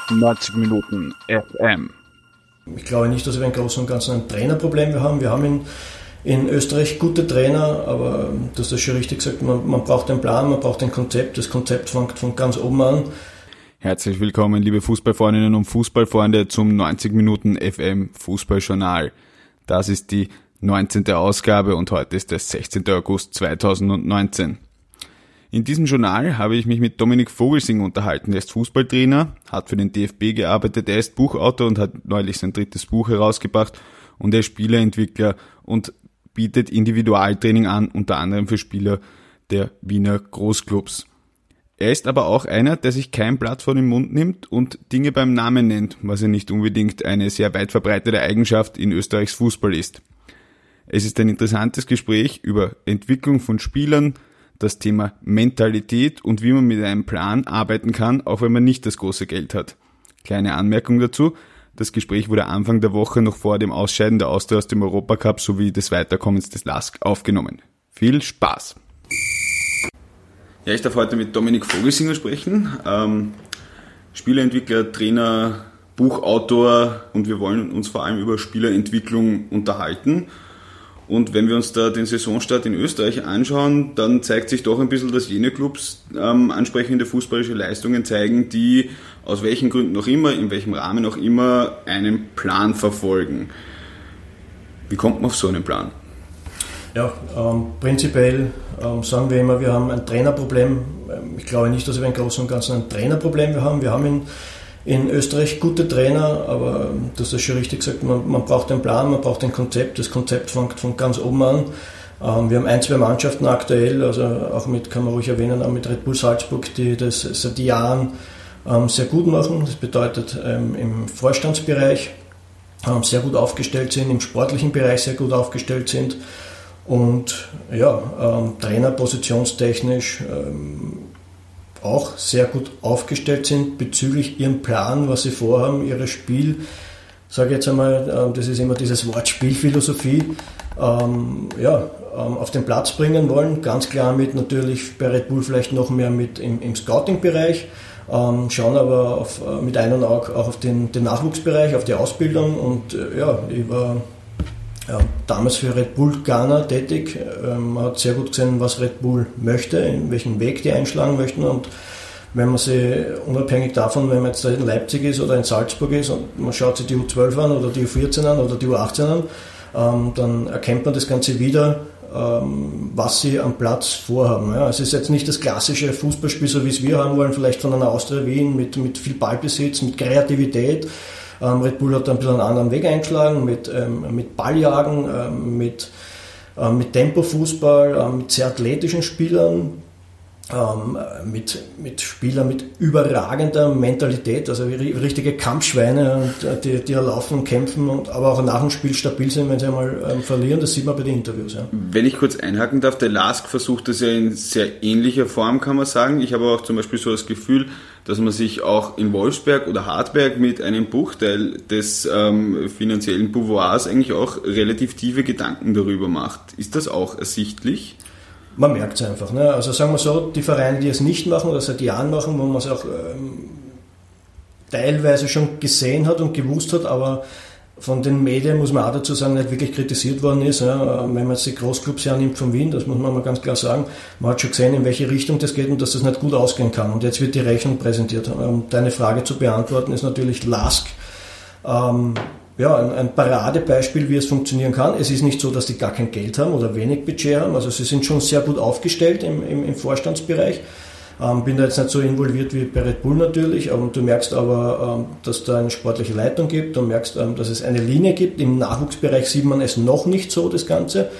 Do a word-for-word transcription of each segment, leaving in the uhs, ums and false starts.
neunzig Minuten F M. Ich glaube nicht, dass wir im Großen und Ganzen ein Trainerproblem haben. Wir haben in, in Österreich gute Trainer, aber du hast das schon richtig gesagt, man, man braucht einen Plan, man braucht ein Konzept. Das Konzept fängt von ganz oben an. Herzlich willkommen, liebe Fußballfreundinnen und Fußballfreunde, zum neunzig Minuten F M Fußballjournal. Das ist die neunzehnte Ausgabe und heute ist der sechzehnten August zweitausendneunzehn. In diesem Journal habe ich mich mit Dominik Vogelsing unterhalten. Er ist Fußballtrainer, hat für den D F B gearbeitet, er ist Buchautor und hat neulich sein drittes Buch herausgebracht und er ist Spielerentwickler und bietet Individualtraining an, unter anderem für Spieler der Wiener Großclubs. Er ist aber auch einer, der sich kein Blatt vor den Mund nimmt und Dinge beim Namen nennt, was ja nicht unbedingt eine sehr weit verbreitete Eigenschaft in Österreichs Fußball ist. Es ist ein interessantes Gespräch über Entwicklung von Spielern, das Thema Mentalität und wie man mit einem Plan arbeiten kann, auch wenn man nicht das große Geld hat. Kleine Anmerkung dazu, das Gespräch wurde Anfang der Woche noch vor dem Ausscheiden der Austria aus dem Europacup sowie des Weiterkommens des L A S K aufgenommen. Viel Spaß! Ja, ich darf heute mit Dominik Vogelsinger sprechen, ähm, Spielerentwickler, Trainer, Buchautor, und wir wollen uns vor allem über Spielerentwicklung unterhalten. Und wenn wir uns da den Saisonstart in Österreich anschauen, dann zeigt sich doch ein bisschen, dass jene Clubs ähm, ansprechende fußballische Leistungen zeigen, die aus welchen Gründen auch immer, in welchem Rahmen auch immer, einen Plan verfolgen. Wie kommt man auf so einen Plan? Ja, ähm, prinzipiell ähm, sagen wir immer, wir haben ein Trainerproblem. Ich glaube nicht, dass wir im Großen und Ganzen ein Trainerproblem haben. Wir haben in In Österreich gute Trainer, aber du hast das schon richtig gesagt, man, man braucht einen Plan, man braucht ein Konzept. Das Konzept fängt von ganz oben an. Ähm, wir haben ein, zwei Mannschaften aktuell, also auch mit, kann man ruhig erwähnen, auch mit Red Bull Salzburg, die das seit Jahren ähm, sehr gut machen. Das bedeutet ähm, im Vorstandsbereich ähm, sehr gut aufgestellt sind, im sportlichen Bereich sehr gut aufgestellt sind und ja, ähm, Trainer positionstechnisch ähm, auch sehr gut aufgestellt sind bezüglich ihrem Plan, was sie vorhaben, ihres Spiel, sage ich jetzt einmal, das ist immer dieses Wort Spielphilosophie, ähm, ja, ähm, auf den Platz bringen wollen. Ganz klar mit natürlich bei Red Bull vielleicht noch mehr mit im, im Scouting-Bereich, ähm, schauen aber auf, mit einem Auge auch auf den, den Nachwuchsbereich, auf die Ausbildung und äh, ja, ich war Ja, damals für Red Bull Ghana tätig. Man hat sehr gut gesehen, was Red Bull möchte, in welchen Weg die einschlagen möchten. Und wenn man sie, unabhängig davon, wenn man jetzt in Leipzig ist oder in Salzburg ist und man schaut sich die U zwölf an oder die U vierzehn an oder die U achtzehn an, dann erkennt man das Ganze wieder, was sie am Platz vorhaben. Ja, es ist jetzt nicht das klassische Fußballspiel, so wie es wir haben wollen, vielleicht von einer Austria Wien mit, mit viel Ballbesitz, mit Kreativität. Ähm, Red Bull hat ein bisschen einen anderen Weg eingeschlagen, mit, ähm, mit Balljagen, ähm, mit, ähm, mit Tempofußball, ähm, mit sehr athletischen Spielern, ähm, mit, mit Spielern mit überragender Mentalität, also richtige Kampfschweine, und, die, die laufen und kämpfen, und, aber auch nach dem Spiel stabil sind, wenn sie einmal ähm, verlieren. Das sieht man bei den Interviews. Ja. Wenn ich kurz einhaken darf, der L A S K versucht das ja in sehr ähnlicher Form, kann man sagen. Ich habe auch zum Beispiel so das Gefühl, dass man sich auch in Wolfsberg oder Hartberg mit einem Bruchteil des ähm, finanziellen Pouvoirs eigentlich auch relativ tiefe Gedanken darüber macht. Ist das auch ersichtlich? Man merkt es einfach. Ne? Also sagen wir so, die Vereine, die es nicht machen oder seit Jahren machen, wo man es auch ähm, teilweise schon gesehen hat und gewusst hat, aber von den Medien, muss man auch dazu sagen, nicht wirklich kritisiert worden ist. Ja. Wenn man jetzt die Großclubs hernimmt von Wien, das muss man mal ganz klar sagen, man hat schon gesehen, in welche Richtung das geht und dass das nicht gut ausgehen kann. Und jetzt wird die Rechnung präsentiert. Um deine Frage zu beantworten, ist natürlich L A S K ähm, ja, ein, ein Paradebeispiel, wie es funktionieren kann. Es ist nicht so, dass die gar kein Geld haben oder wenig Budget haben. Also sie sind schon sehr gut aufgestellt im, im, im Vorstandsbereich. Ähm, bin da jetzt nicht so involviert wie bei Red Bull natürlich, aber du merkst aber, ähm, dass da eine sportliche Leitung gibt, du merkst, ähm, dass es eine Linie gibt. Im Nachwuchsbereich sieht man es noch nicht so, das Ganze.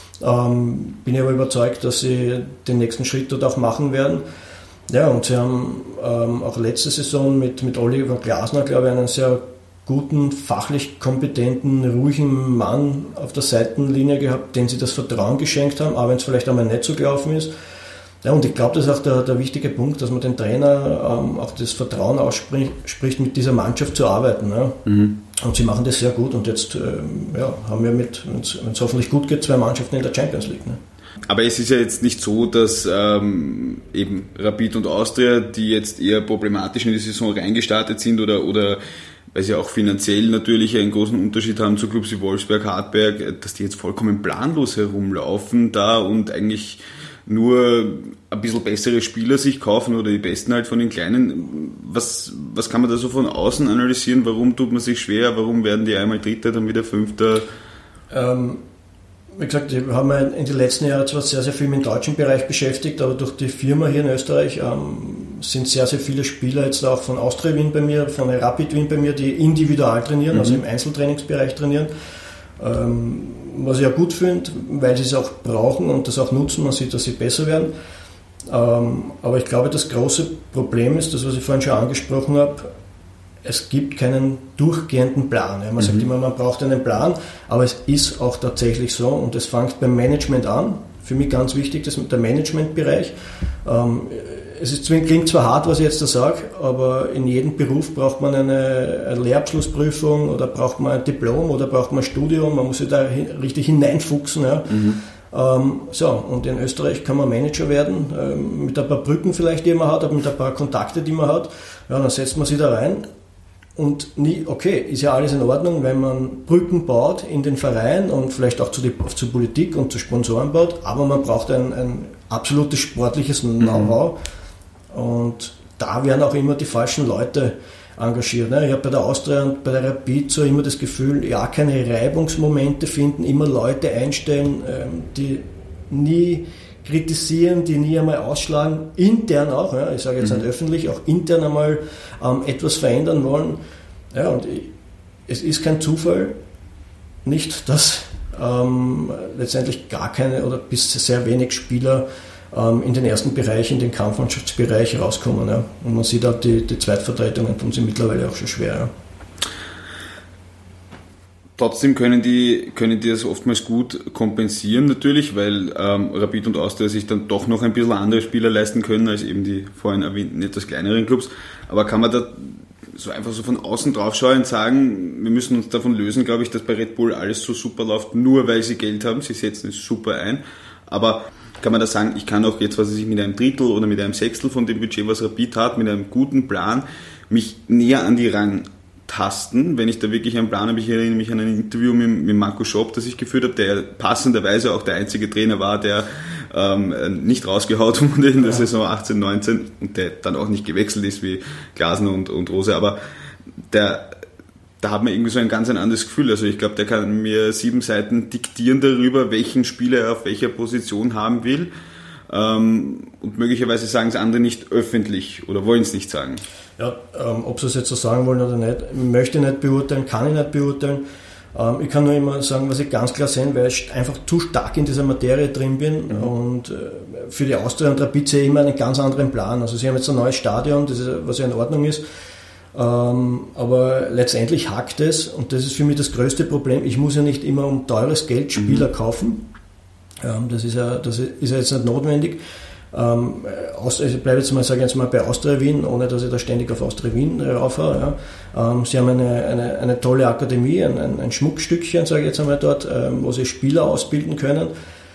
Ähm, bin aber überzeugt, dass sie den nächsten Schritt dort auch machen werden. Ja, und sie haben ähm, auch letzte Saison mit, mit Oliver Glasner, glaube ich, einen sehr guten, fachlich kompetenten, ruhigen Mann auf der Seitenlinie gehabt, den sie das Vertrauen geschenkt haben, auch wenn es vielleicht einmal nicht so gelaufen ist. Ja, und ich glaube, das ist auch der, der wichtige Punkt, dass man den Trainer ähm, auch das Vertrauen ausspricht, mit dieser Mannschaft zu arbeiten. Ja. Mhm. Und sie machen das sehr gut und jetzt ähm, ja, haben wir mit, wenn es hoffentlich gut geht, zwei Mannschaften in der Champions League. Ne. Aber es ist ja jetzt nicht so, dass ähm, eben Rapid und Austria, die jetzt eher problematisch in die Saison reingestartet sind oder, oder weil sie auch finanziell natürlich einen großen Unterschied haben zu Clubs wie Wolfsberg, Hartberg, dass die jetzt vollkommen planlos herumlaufen da und eigentlich nur ein bisschen bessere Spieler sich kaufen oder die besten halt von den Kleinen. Was, was kann man da so von außen analysieren? Warum tut man sich schwer? Warum werden die einmal Dritter, dann wieder Fünfter? Ähm, wie gesagt, wir haben ja in den letzten Jahren zwar sehr, sehr viel mit dem deutschen Bereich beschäftigt, aber durch die Firma hier in Österreich ähm, sind sehr, sehr viele Spieler jetzt auch von Austria Wien bei mir, von Rapid Wien bei mir, die individual trainieren, mhm. also im Einzeltrainingsbereich trainieren. Ähm, was ich auch gut finde, weil sie es auch brauchen und das auch nutzen, man sieht, dass sie besser werden. Ähm, aber ich glaube, das große Problem ist, das was ich vorhin schon angesprochen habe, es gibt keinen durchgehenden Plan. Ja. Man mhm. sagt immer, man braucht einen Plan, aber es ist auch tatsächlich so und es fängt beim Management an. Für mich ganz wichtig, das mit der Managementbereich. Ähm, es ist, klingt zwar hart, was ich jetzt da sage, aber in jedem Beruf braucht man eine, eine Lehrabschlussprüfung oder braucht man ein Diplom oder braucht man ein Studium, man muss sich da hin, richtig hineinfuchsen. Ja. Mhm. Ähm, so, und in Österreich kann man Manager werden, ähm, mit ein paar Brücken vielleicht, die man hat, aber mit ein paar Kontakte, die man hat. Ja, dann setzt man sich da rein. Und nie, okay, ist ja alles in Ordnung, wenn man Brücken baut in den Verein und vielleicht auch zu die, zur Politik und zu Sponsoren baut, aber man braucht ein, ein absolutes sportliches Know-how und da werden auch immer die falschen Leute engagiert. Ne? Ich habe bei der Austria und bei der Rapid so immer das Gefühl, ja, keine Reibungsmomente finden, immer Leute einstellen, die nie kritisieren, die nie einmal ausschlagen, intern auch, ja, ich sage jetzt mhm. nicht öffentlich, auch intern einmal ähm, etwas verändern wollen. Ja, und ich, es ist kein Zufall, nicht, dass ähm, letztendlich gar keine oder bis sehr wenig Spieler ähm, in den ersten Bereich, in den Kampfmannschaftsbereich rauskommen. Ja. Und man sieht auch, die, die Zweitvertretungen tun sie mittlerweile auch schon schwer. Ja. Trotzdem können die, können die das oftmals gut kompensieren natürlich, weil ähm, Rapid und Austria sich dann doch noch ein bisschen andere Spieler leisten können als eben die vorhin erwähnten etwas kleineren Clubs. Aber kann man da so einfach so von außen drauf schauen und sagen, wir müssen uns davon lösen, glaube ich, dass bei Red Bull alles so super läuft, nur weil sie Geld haben, sie setzen es super ein. Aber kann man da sagen, ich kann auch jetzt, was weiß ich, mit einem Drittel oder mit einem Sechstel von dem Budget, was Rapid hat, mit einem guten Plan, mich näher an die Rang tasten, wenn ich da wirklich einen Plan habe. Ich erinnere mich an ein Interview mit, mit Marco Schopp, das ich geführt habe, der passenderweise auch der einzige Trainer war, der ähm, nicht rausgehaut wurde in der ja. Saison achtzehn neunzehn und der dann auch nicht gewechselt ist wie Glasner und, und Rose, aber der, da hat man irgendwie so ein ganz ein anderes Gefühl. Also ich glaube, der kann mir sieben Seiten diktieren darüber, welchen Spieler er auf welcher Position haben will. Ähm, und möglicherweise sagen es andere nicht öffentlich oder wollen es nicht sagen. Ja, ähm, ob sie es jetzt so sagen wollen oder nicht, möchte ich nicht beurteilen, kann ich nicht beurteilen. Ähm, ich kann nur immer sagen, was ich ganz klar sehe, weil ich einfach zu stark in dieser Materie drin bin mhm. und äh, für die Austria und Rapid sehe ich immer einen ganz anderen Plan. Also sie haben jetzt ein neues Stadion, das ist, was ja in Ordnung ist, ähm, aber letztendlich hakt es und das ist für mich das größte Problem. Ich muss ja nicht immer um teures Geld Spieler mhm. kaufen. Ähm, das ist ja, das ist ja jetzt nicht notwendig. Ähm, ich bleibe jetzt mal, sage jetzt mal bei Austria Wien, ohne dass ich da ständig auf Austria Wien raufhaue. Ja. Ähm, sie haben eine, eine, eine tolle Akademie, ein, ein, ein Schmuckstückchen, sage ich jetzt einmal dort, ähm, wo sie Spieler ausbilden können.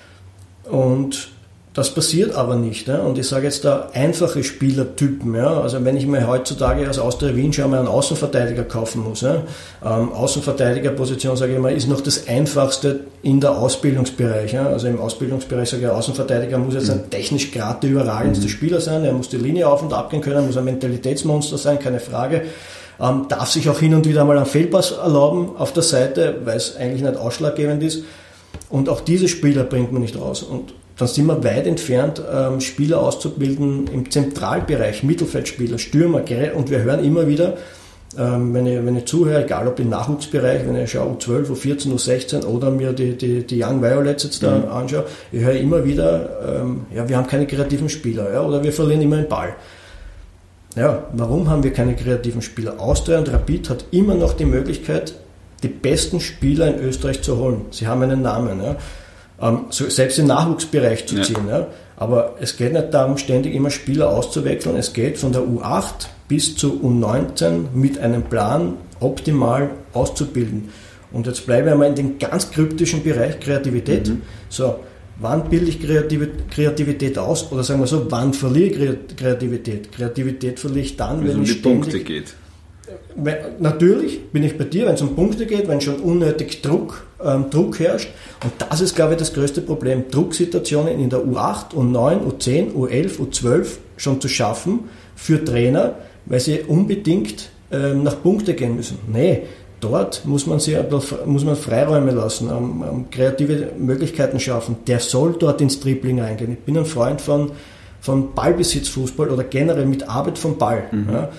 Und das passiert aber nicht. Ja. Und ich sage jetzt da einfache Spielertypen. Ja. Also wenn ich mir heutzutage aus Austria Wien schon mal einen Außenverteidiger kaufen muss. Ja. Ähm, Außenverteidigerposition, sage ich mal, ist noch das Einfachste in der Ausbildungsbereich. Ja. Also im Ausbildungsbereich sage ich, Außenverteidiger muss jetzt ein technisch gerade der überragendste mhm. Spieler sein. Er muss die Linie auf und ab gehen können, muss ein Mentalitätsmonster sein, keine Frage. Ähm, darf sich auch hin und wieder mal einen Fehlpass erlauben auf der Seite, weil es eigentlich nicht ausschlaggebend ist. Und auch diese Spieler bringt man nicht raus. Und dann sind wir weit entfernt, ähm, Spieler auszubilden im Zentralbereich, Mittelfeldspieler, Stürmer. Und wir hören immer wieder, ähm, wenn, ich, wenn ich zuhöre, egal ob im Nachwuchsbereich, wenn ich schaue U zwölf, U vierzehn, U sechzehn oder mir die, die, die Young Violets jetzt da mhm. anschaue, ich höre immer wieder, ähm, ja, wir haben keine kreativen Spieler, ja, oder wir verlieren immer den Ball. Ja, warum haben wir keine kreativen Spieler? Austria und Rapid hat immer noch die Möglichkeit, die besten Spieler in Österreich zu holen. Sie haben einen Namen, ja. Um, so, selbst im Nachwuchsbereich zu ziehen. Ja. Ja. Aber es geht nicht darum, ständig immer Spieler auszuwechseln. Es geht von der U acht bis zur U neunzehn mit einem Plan optimal auszubilden. Und jetzt bleiben wir mal in den ganz kryptischen Bereich Kreativität. Mhm. So, Wann bilde ich Kreativität aus? Oder sagen wir so, wann verliere ich Kreativität? Kreativität verliere ich dann, wenn, wenn es um die Punkte geht. Natürlich bin ich bei dir, wenn es um Punkte geht, wenn schon unnötig Druck, ähm, Druck herrscht. Und das ist, glaube ich, das größte Problem. Drucksituationen in der U acht, U neun, U zehn, U elf, U zwölf schon zu schaffen für Trainer, weil sie unbedingt ähm, nach Punkte gehen müssen. Nee, dort muss man sich muss man Freiräume lassen, ähm, ähm, kreative Möglichkeiten schaffen. Der soll dort ins Dribbling reingehen. Ich bin ein Freund von, von Ballbesitzfußball oder generell mit Arbeit vom Ball. Mhm. Ja.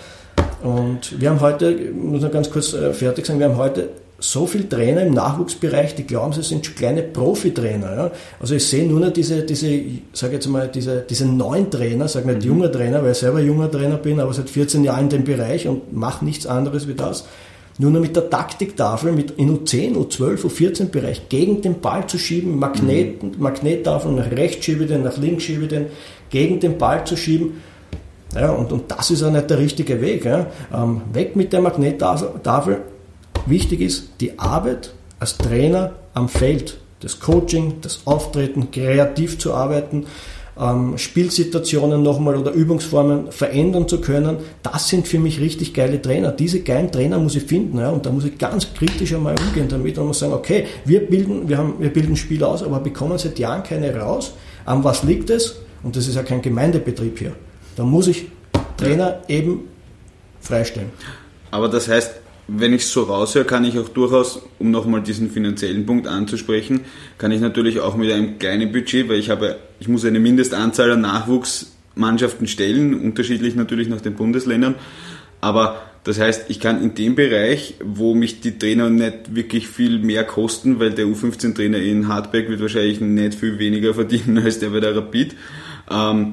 Und wir haben heute, ich muss noch ganz kurz äh, fertig sagen, wir haben heute so viele Trainer im Nachwuchsbereich, die glauben, sie sind kleine Profitrainer. Ja? Also ich sehe nur noch diese, diese, sage jetzt mal, diese, diese neuen Trainer, sage nicht mhm. junger Trainer, weil ich selber junger Trainer bin, aber seit vierzehn Jahren in dem Bereich und mache nichts anderes wie das. Nur noch mit der Taktiktafel, mit in U zehn, U zwölf, U vierzehn Bereich gegen den Ball zu schieben, Magnet, mhm. Magnettafeln, nach rechts schiebe ich den, nach links schiebe ich den, gegen den Ball zu schieben. Ja, und, und das ist auch nicht der richtige Weg. Ja. Ähm, weg mit der Magnettafel. Wichtig ist die Arbeit als Trainer am Feld. Das Coaching, das Auftreten, kreativ zu arbeiten, ähm, Spielsituationen nochmal oder Übungsformen verändern zu können. Das sind für mich richtig geile Trainer. Diese geilen Trainer muss ich finden. Ja, und da muss ich ganz kritisch einmal umgehen damit und muss sagen, okay, wir bilden, wir haben, wir bilden Spieler aus, aber bekommen seit Jahren keine raus. An was liegt es? Und das ist ja kein Gemeindebetrieb hier. Da muss ich Trainer eben freistellen. Aber das heißt, wenn ich es so raushöre, kann ich auch durchaus, um nochmal diesen finanziellen Punkt anzusprechen, kann ich natürlich auch mit einem kleinen Budget, weil ich habe, ich muss eine Mindestanzahl an Nachwuchsmannschaften stellen, unterschiedlich natürlich nach den Bundesländern, aber das heißt, ich kann in dem Bereich, wo mich die Trainer nicht wirklich viel mehr kosten, weil der U fünfzehn Trainer in Hartberg wird wahrscheinlich nicht viel weniger verdienen als der bei der Rapid, ähm,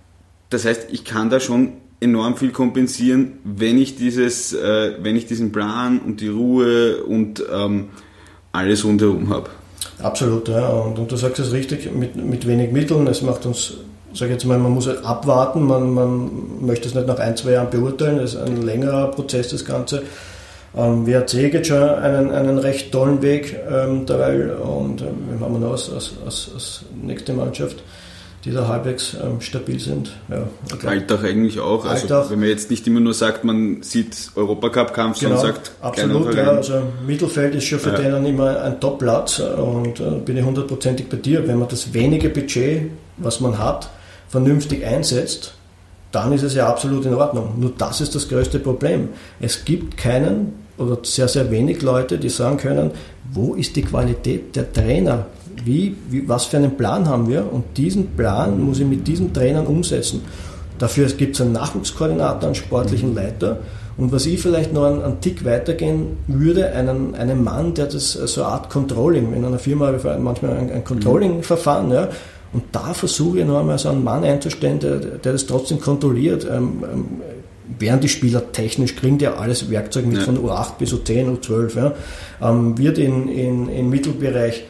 das heißt, ich kann da schon enorm viel kompensieren, wenn ich dieses, äh, wenn ich diesen Plan und die Ruhe und ähm, alles rundherum habe. Absolut, ja. Und, und du sagst es richtig, mit, mit wenig Mitteln. Es macht uns, sag ich jetzt mal, man muss halt abwarten, man, man möchte es nicht nach ein, zwei Jahren beurteilen, es ist ein längerer Prozess, das Ganze. Ähm, W R C geht schon einen, einen recht tollen Weg ähm, derweil und ähm, wir haben noch als, als, als, als nächste Mannschaft, die da halbwegs ähm, stabil sind. Ja, Alltag eigentlich auch. Also, Alltag. Wenn man jetzt nicht immer nur sagt, man sieht Europacup-Kampf, genau, sondern sagt, absolut, ja, also Mittelfeld ist schon für ja. denen immer ein Top-Platz und äh, bin ich hundertprozentig bei dir. Wenn man das wenige Budget, was man hat, vernünftig einsetzt, dann ist es ja absolut in Ordnung. Nur das ist das größte Problem. Es gibt keinen oder sehr, sehr wenig Leute, die sagen können, wo ist die Qualität der Trainer? Wie, wie, was für einen Plan haben wir? Und diesen Plan muss ich mit diesen Trainern umsetzen. Dafür gibt es einen Nachwuchskoordinator, einen sportlichen Leiter. Und was ich vielleicht noch einen, einen Tick weitergehen würde, einen, einen Mann, der das so eine Art Controlling, in einer Firma habe ich manchmal ein, ein Controlling-Verfahren, ja, und da versuche ich noch einmal so einen Mann einzustellen, der, der das trotzdem kontrolliert. Ähm, ähm, werden die Spieler technisch, kriegen die alles Werkzeug mit ja. von U acht bis U zehn, U zwölf, ja, ähm, wird in, in, im Mittelbereich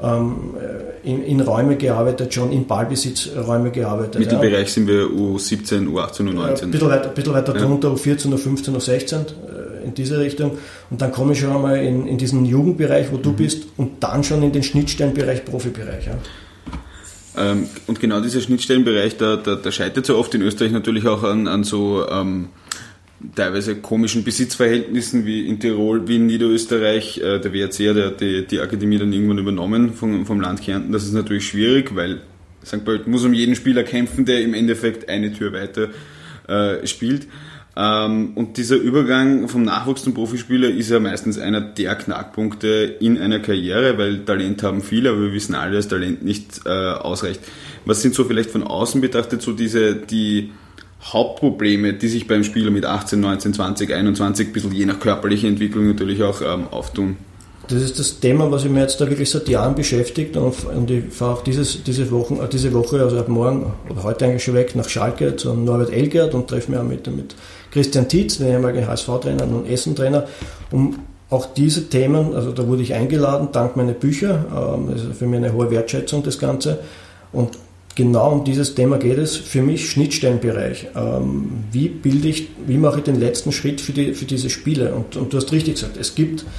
In, in Räume gearbeitet, schon in Ballbesitzräume gearbeitet. Mittelbereich ja. sind wir U siebzehn, U achtzehn, U neunzehn. Ein bisschen weiter, ein bisschen weiter ja. drunter, U vierzehn, U fünfzehn, U sechzehn, in diese Richtung. Und dann komme ich schon einmal in, in diesen Jugendbereich, wo du mhm. bist, und dann schon in den Schnittstellenbereich, Profibereich. Ja. Ähm, und genau dieser Schnittstellenbereich, da, da, da scheitert so oft in Österreich natürlich auch an, an so ähm, teilweise komischen Besitzverhältnissen wie in Tirol, wie in Niederösterreich. Der W R C hat die, die Akademie dann irgendwann übernommen vom, vom Land Kärnten. Das ist natürlich schwierig, weil Sankt Pölten muss um jeden Spieler kämpfen, der im Endeffekt eine Tür weiter äh, spielt. Ähm, und dieser Übergang vom Nachwuchs zum Profispieler ist ja meistens einer der Knackpunkte in einer Karriere, weil Talent haben viele, aber wir wissen alle, dass Talent nicht äh, ausreicht. Was sind so vielleicht von außen betrachtet so diese, die Hauptprobleme, die sich beim Spieler mit achtzehn, neunzehn, zwanzig, einundzwanzig, ein bisschen je nach körperlicher Entwicklung natürlich auch ähm, auftun? Das ist das Thema, was ich mir jetzt da wirklich seit Jahren beschäftigt, und, und ich fahre auch dieses, diese, Wochen, äh, diese Woche, also ab morgen oder heute eigentlich schon weg nach Schalke zu Norbert Elgert und treffe mich auch mit, mit Christian Tietz, den ehemaligen H S V-Trainer und Essen-Trainer, um auch diese Themen, also da wurde ich eingeladen, dank meiner Bücher, ähm, das ist für mich eine hohe Wertschätzung, das Ganze, und genau um dieses Thema geht es für mich, Schnittstellenbereich. Ähm, wie bilde ich, wie mache ich den letzten Schritt für, die, für diese Spiele? Und, und du hast richtig gesagt, es gibt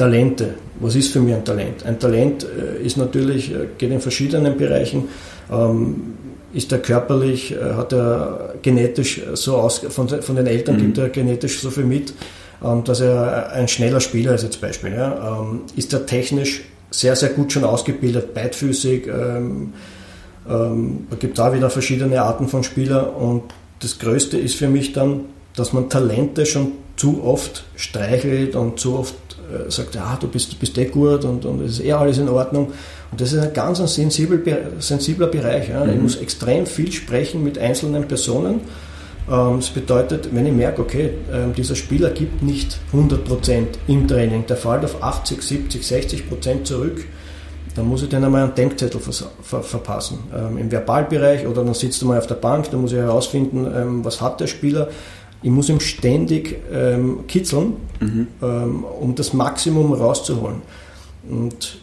Talente. Was ist für mich ein Talent? Ein Talent äh, ist natürlich, äh, geht in verschiedenen Bereichen. Ähm, ist er körperlich, äh, hat er genetisch so aus, von, von den Eltern mhm. gibt er genetisch so viel mit, ähm, dass er ein schneller Spieler ist, als Beispiel. Ja? Ähm, ist er technisch sehr, sehr gut schon ausgebildet, beidfüßig. Ähm, ähm, da gibt es auch wieder verschiedene Arten von Spielern. Und das Größte ist für mich dann, dass man Talente schon zu oft streichelt und zu oft äh, sagt, ja, du bist, du bist eh gut und, und es ist eh alles in Ordnung. Und das ist ein ganz ein sensibel, sensibler Bereich. Ja. Mhm. Ich muss extrem viel sprechen mit einzelnen Personen. Ähm, das bedeutet, wenn ich merke, okay, äh, dieser Spieler gibt nicht hundert Prozent im Training, der fällt auf achtzig, siebzig, sechzig Prozent zurück, dann muss ich den einmal einen Denkzettel ver- ver- verpassen. Ähm, Im Verbalbereich oder dann sitzt er mal auf der Bank, dann muss ich herausfinden, ähm, was hat der Spieler. Ich muss ihn ständig ähm, kitzeln, mhm. ähm, um das Maximum rauszuholen. Und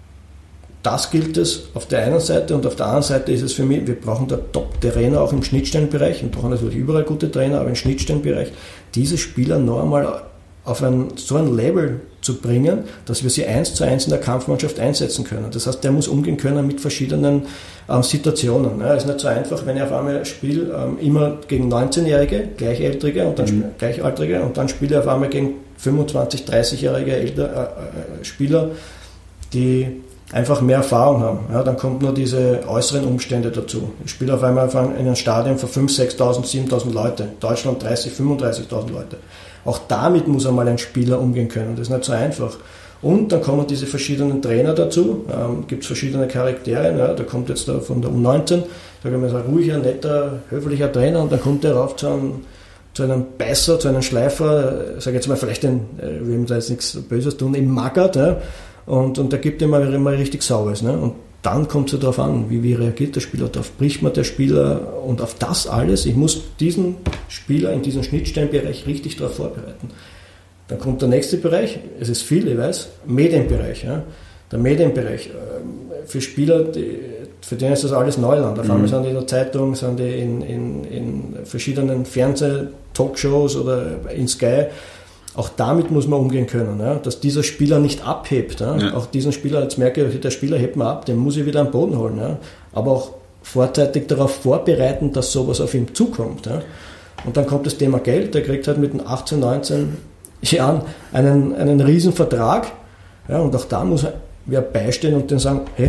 das gilt es auf der einen Seite und auf der anderen Seite ist es für mich, wir brauchen da Top-Trainer auch im Schnittstellenbereich. Wir brauchen natürlich überall gute Trainer, aber im Schnittstellenbereich diese Spieler noch einmal auf ein, so ein Level zu bringen, dass wir sie eins zu eins in der Kampfmannschaft einsetzen können. Das heißt, der muss umgehen können mit verschiedenen ähm, Situationen. Ja, ist nicht so einfach, wenn ich auf einmal spiele, ähm, immer gegen neunzehnjährige, Gleichaltrige und dann mhm. Gleichaltrige und dann spiele ich auf einmal gegen fünfundzwanzig-, dreißigjährige Elter, äh, äh, Spieler, die einfach mehr Erfahrung haben. Ja, dann kommt nur diese äußeren Umstände dazu. Ich spiele auf einmal in einem Stadion für fünftausend, sechstausend, siebentausend Leute. Deutschland dreißigtausend, fünfunddreißigtausend Leute. Auch damit muss einmal ein Spieler umgehen können. Das ist nicht so einfach. Und dann kommen diese verschiedenen Trainer dazu. Ähm, gibt es verschiedene Charaktere. Ja, da kommt jetzt der von der U neunzehn, da kann man sagen, ruhiger, netter, höflicher Trainer und dann kommt der rauf zu einem, zu einem Beißer, zu einem Schleifer, sage jetzt mal vielleicht ein, wir will da jetzt nichts Böses tun, im Maggert, ja, und, und der gibt immer, immer richtig Saues. Ne? Und dann kommt es ja darauf an, wie, wie reagiert der Spieler darauf, bricht man der Spieler und auf das alles, ich muss diesen Spieler in diesem Schnittstellenbereich richtig darauf vorbereiten. Dann kommt der nächste Bereich, es ist viel, ich weiß, Medienbereich. Ja? Der Medienbereich, für Spieler, die, für den ist das alles Neuland. Auf einmal mhm. sind die in der Zeitung, sind die in, in, in verschiedenen Fernseh-Talkshows oder in Sky. Auch damit muss man umgehen können, ja? Dass dieser Spieler nicht abhebt. Ja? Ja. Auch diesen Spieler, jetzt merke ich, der Spieler hebt man ab, den muss ich wieder am Boden holen. Ja? Aber auch vorzeitig darauf vorbereiten, dass sowas auf ihn zukommt. Ja? Und dann kommt das Thema Geld, der kriegt halt mit den achtzehn, neunzehn Jahren einen, einen riesen Vertrag. Ja? Und auch da muss wer beistehen und dann sagen, hey,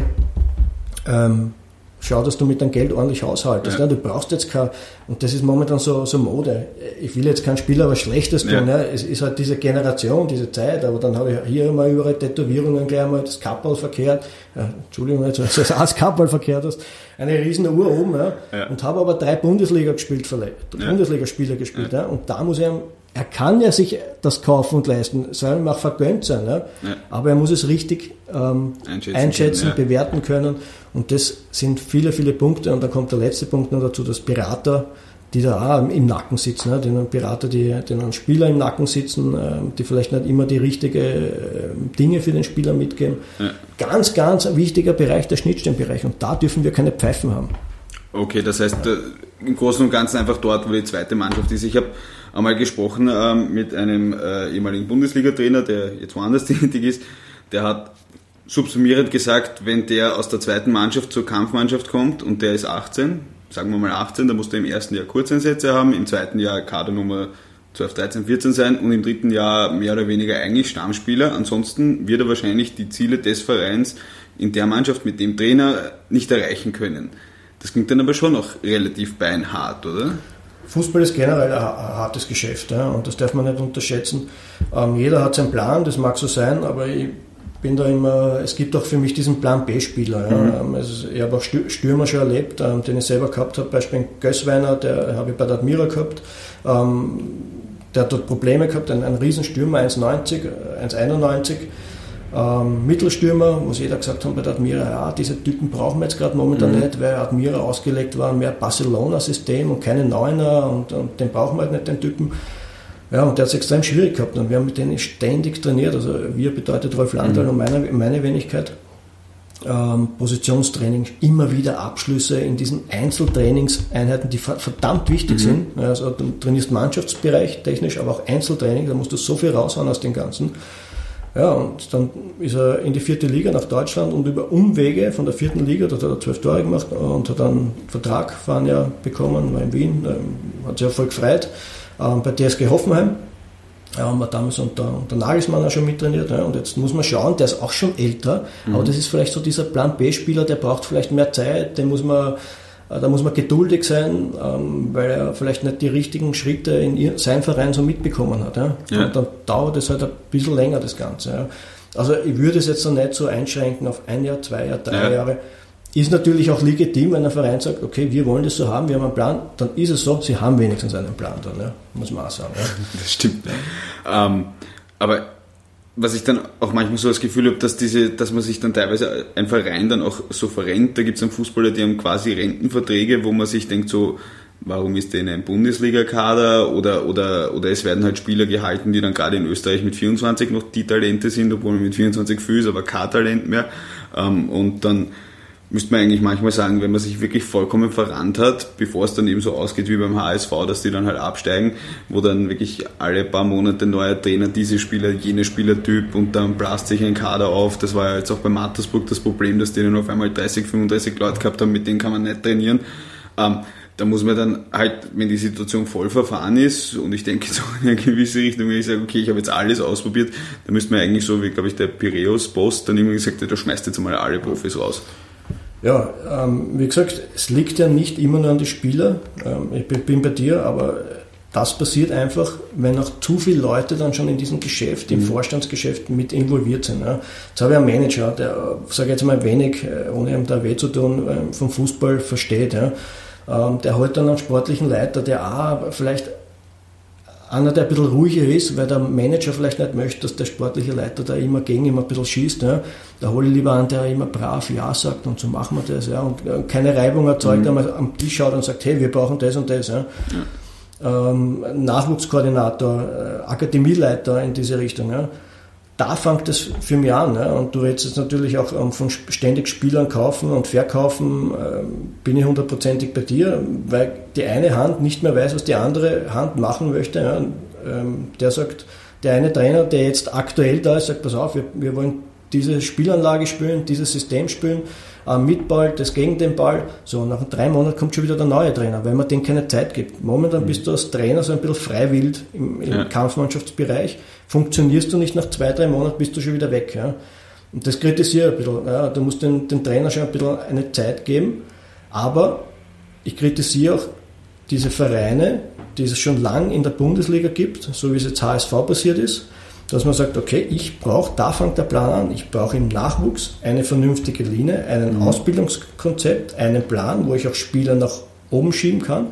ähm, schau, dass du mit deinem Geld ordentlich haushaltest. Ja. Ne? Du brauchst jetzt kein, und das ist momentan so, so Mode. Ich will jetzt kein Spieler was Schlechtes tun. Ja. Ne? Es ist halt diese Generation, diese Zeit, aber dann habe ich hier mal überall Tätowierungen gleich mal das Kapperl verkehrt. Ja, Entschuldigung, jetzt dass du das Kapperl verkehrt hast. Eine riesen Uhr oben. Ja? Ja. Und habe aber drei Bundesliga gespielt, ja. Bundesligaspieler gespielt. Ja. Ja? Und da muss er, er kann ja sich das kaufen und leisten, soll ihm auch vergönnt sein. Ja? Ja. Aber er muss es richtig ähm, einschätzen, einschätzen können, ja. bewerten können. Und das sind viele, viele Punkte. Und dann kommt der letzte Punkt noch dazu, dass Berater, die da auch im Nacken sitzen, ne? Den Berater, die, die einen Spieler im Nacken sitzen, äh, die vielleicht nicht immer die richtigen äh, Dinge für den Spieler mitgeben. Ja. Ganz, ganz ein wichtiger Bereich, der Schnittstellenbereich. Und da dürfen wir keine Pfeifen haben. Okay, das heißt, ja. im Großen und Ganzen einfach dort, wo die zweite Mannschaft ist. Ich habe einmal gesprochen ähm, mit einem äh, ehemaligen Bundesliga-Trainer, der jetzt woanders tätig ist, der hat subsumierend gesagt, wenn der aus der zweiten Mannschaft zur Kampfmannschaft kommt und der ist achtzehn, sagen wir mal achtzehn, dann muss der im ersten Jahr Kurzeinsätze haben, im zweiten Jahr Kadernummer zwölf, dreizehn, vierzehn sein und im dritten Jahr mehr oder weniger eigentlich Stammspieler. Ansonsten wird er wahrscheinlich die Ziele des Vereins in der Mannschaft mit dem Trainer nicht erreichen können. Das klingt dann aber schon noch relativ beinhart, oder? Fußball ist generell ein hartes Geschäft, ja, und das darf man nicht unterschätzen. Ähm, jeder hat seinen Plan, das mag so sein, aber ich bin da immer, es gibt auch für mich diesen Plan-B-Spieler. Ja. Mhm. Also ich habe auch Stürmer schon erlebt, ähm, den ich selber gehabt habe, Beispiel Gößweiner, der habe ich bei der Admira gehabt. Ähm, der hat dort Probleme gehabt, ein, ein Riesenstürmer, eins neunzig, eins einundneunzig. Ähm, Mittelstürmer, wo jeder gesagt hat bei der Admira, ja, diese Typen brauchen wir jetzt gerade momentan mhm. nicht, weil Admira ausgelegt war, mehr Barcelona-System und keine Neuner und, und den brauchen wir halt nicht, den Typen. Ja, und der hat es extrem schwierig gehabt und wir haben mit denen ständig trainiert, also wir bedeutet Rolf Landal mhm. und meine, meine Wenigkeit, ähm, Positionstraining, immer wieder Abschlüsse in diesen Einzeltrainingseinheiten, die verdammt wichtig mhm. sind. Also du trainierst Mannschaftsbereich technisch, aber auch Einzeltraining, da musst du so viel raushauen aus dem Ganzen. Ja, und dann ist er in die vierte Liga nach Deutschland und über Umwege von der vierten Liga, da hat er zwölf Tore gemacht und hat dann einen Vertrag für ein Jahr bekommen, war in Wien, hat sich voll gefreut, bei T S G Hoffenheim. Ja, haben wir damals unter, unter Nagelsmann auch schon mittrainiert. Ja, und jetzt muss man schauen, der ist auch schon älter, mhm. aber das ist vielleicht so dieser Plan-B-Spieler, der braucht vielleicht mehr Zeit, den muss man, da muss man geduldig sein, ähm, weil er vielleicht nicht die richtigen Schritte in seinem Verein so mitbekommen hat. Ja. Ja. Und dann dauert es halt ein bisschen länger, das Ganze. Ja. Also ich würde es jetzt noch nicht so einschränken auf ein Jahr, zwei Jahre, drei ja. Jahre. Ist natürlich auch legitim, wenn ein Verein sagt, okay, wir wollen das so haben, wir haben einen Plan, dann ist es so, sie haben wenigstens einen Plan dann, ja, muss man auch sagen. Ja. Das stimmt. Ähm, aber was ich dann auch manchmal so das Gefühl habe, dass diese, dass man sich dann teilweise ein Verein dann auch so verrennt, da gibt es einen Fußballer, die haben quasi Rentenverträge, wo man sich denkt so, warum ist der in einem Bundesliga-Kader oder, oder, oder es werden halt Spieler gehalten, die dann gerade in Österreich mit vierundzwanzig noch die Talente sind, obwohl man mit vierundzwanzig viel ist, aber kein Talent mehr. Ähm, und dann müsste man eigentlich manchmal sagen, wenn man sich wirklich vollkommen verrannt hat, bevor es dann eben so ausgeht wie beim H S V, dass die dann halt absteigen, wo dann wirklich alle paar Monate neuer Trainer, diese Spieler, jene Spielertyp und dann blast sich ein Kader auf. Das war ja jetzt auch bei Mattersburg das Problem, dass die dann auf einmal dreißig, fünfunddreißig Leute gehabt haben, mit denen kann man nicht trainieren. Ähm, da muss man dann halt, wenn die Situation voll verfahren ist, und ich denke so in eine gewisse Richtung, wenn ich sage, okay, ich habe jetzt alles ausprobiert, dann müsste man eigentlich so, wie glaube ich der Piraeus-Boss dann immer gesagt hat, da schmeißt jetzt mal alle Profis raus. Ja, ähm, wie gesagt, es liegt ja nicht immer nur an die Spieler. Ähm, ich bin bei dir, aber das passiert einfach, wenn auch zu viele Leute dann schon in diesem Geschäft, im mhm. Vorstandsgeschäft mit involviert sind. Ja. Jetzt habe ich einen Manager, der, sage ich jetzt mal wenig, ohne ihm da weh zu tun, vom Fußball versteht. Ja. Ähm, der hat dann einen sportlichen Leiter, der auch vielleicht einer, der ein bisschen ruhiger ist, weil der Manager vielleicht nicht möchte, dass der sportliche Leiter da immer gegen ihn ein bisschen schießt. Ja. Da hole ich lieber einen, der immer brav Ja sagt und so machen wir das. Ja. Und keine Reibung erzeugt, mhm. einmal am Tisch schaut und sagt, hey, wir brauchen das und das. Ja. Ja. Ähm, Nachwuchskoordinator, äh, Akademieleiter in diese Richtung. Ja. Da fängt es für mich an. Ja. Und du redest jetzt natürlich auch ähm, von ständig Spielern kaufen und verkaufen, äh, bin ich hundertprozentig bei dir, weil die eine Hand nicht mehr weiß, was die andere Hand machen möchte. Ja. Ähm, der sagt, der eine Trainer, der jetzt aktuell da ist, sagt, pass auf, wir, wir wollen diese Spielanlage spielen, dieses System spielen, äh, mit Ball, das gegen den Ball. So, nach drei Monaten kommt schon wieder der neue Trainer, weil man dem keine Zeit gibt. Momentan mhm. bist du als Trainer so ein bisschen freiwillig im, im ja. Kampfmannschaftsbereich. Funktionierst du nicht nach zwei, drei Monaten, bist du schon wieder weg. Ja. Und das kritisiere ich ein bisschen. Ja. Du musst den, den Trainer schon ein bisschen eine Zeit geben. Aber ich kritisiere auch diese Vereine, die es schon lang in der Bundesliga gibt, so wie es jetzt H S V passiert ist, dass man sagt, okay, ich brauche, da fängt der Plan an, ich brauche im Nachwuchs eine vernünftige Linie, ein mhm. Ausbildungskonzept, einen Plan, wo ich auch Spieler nach oben schieben kann.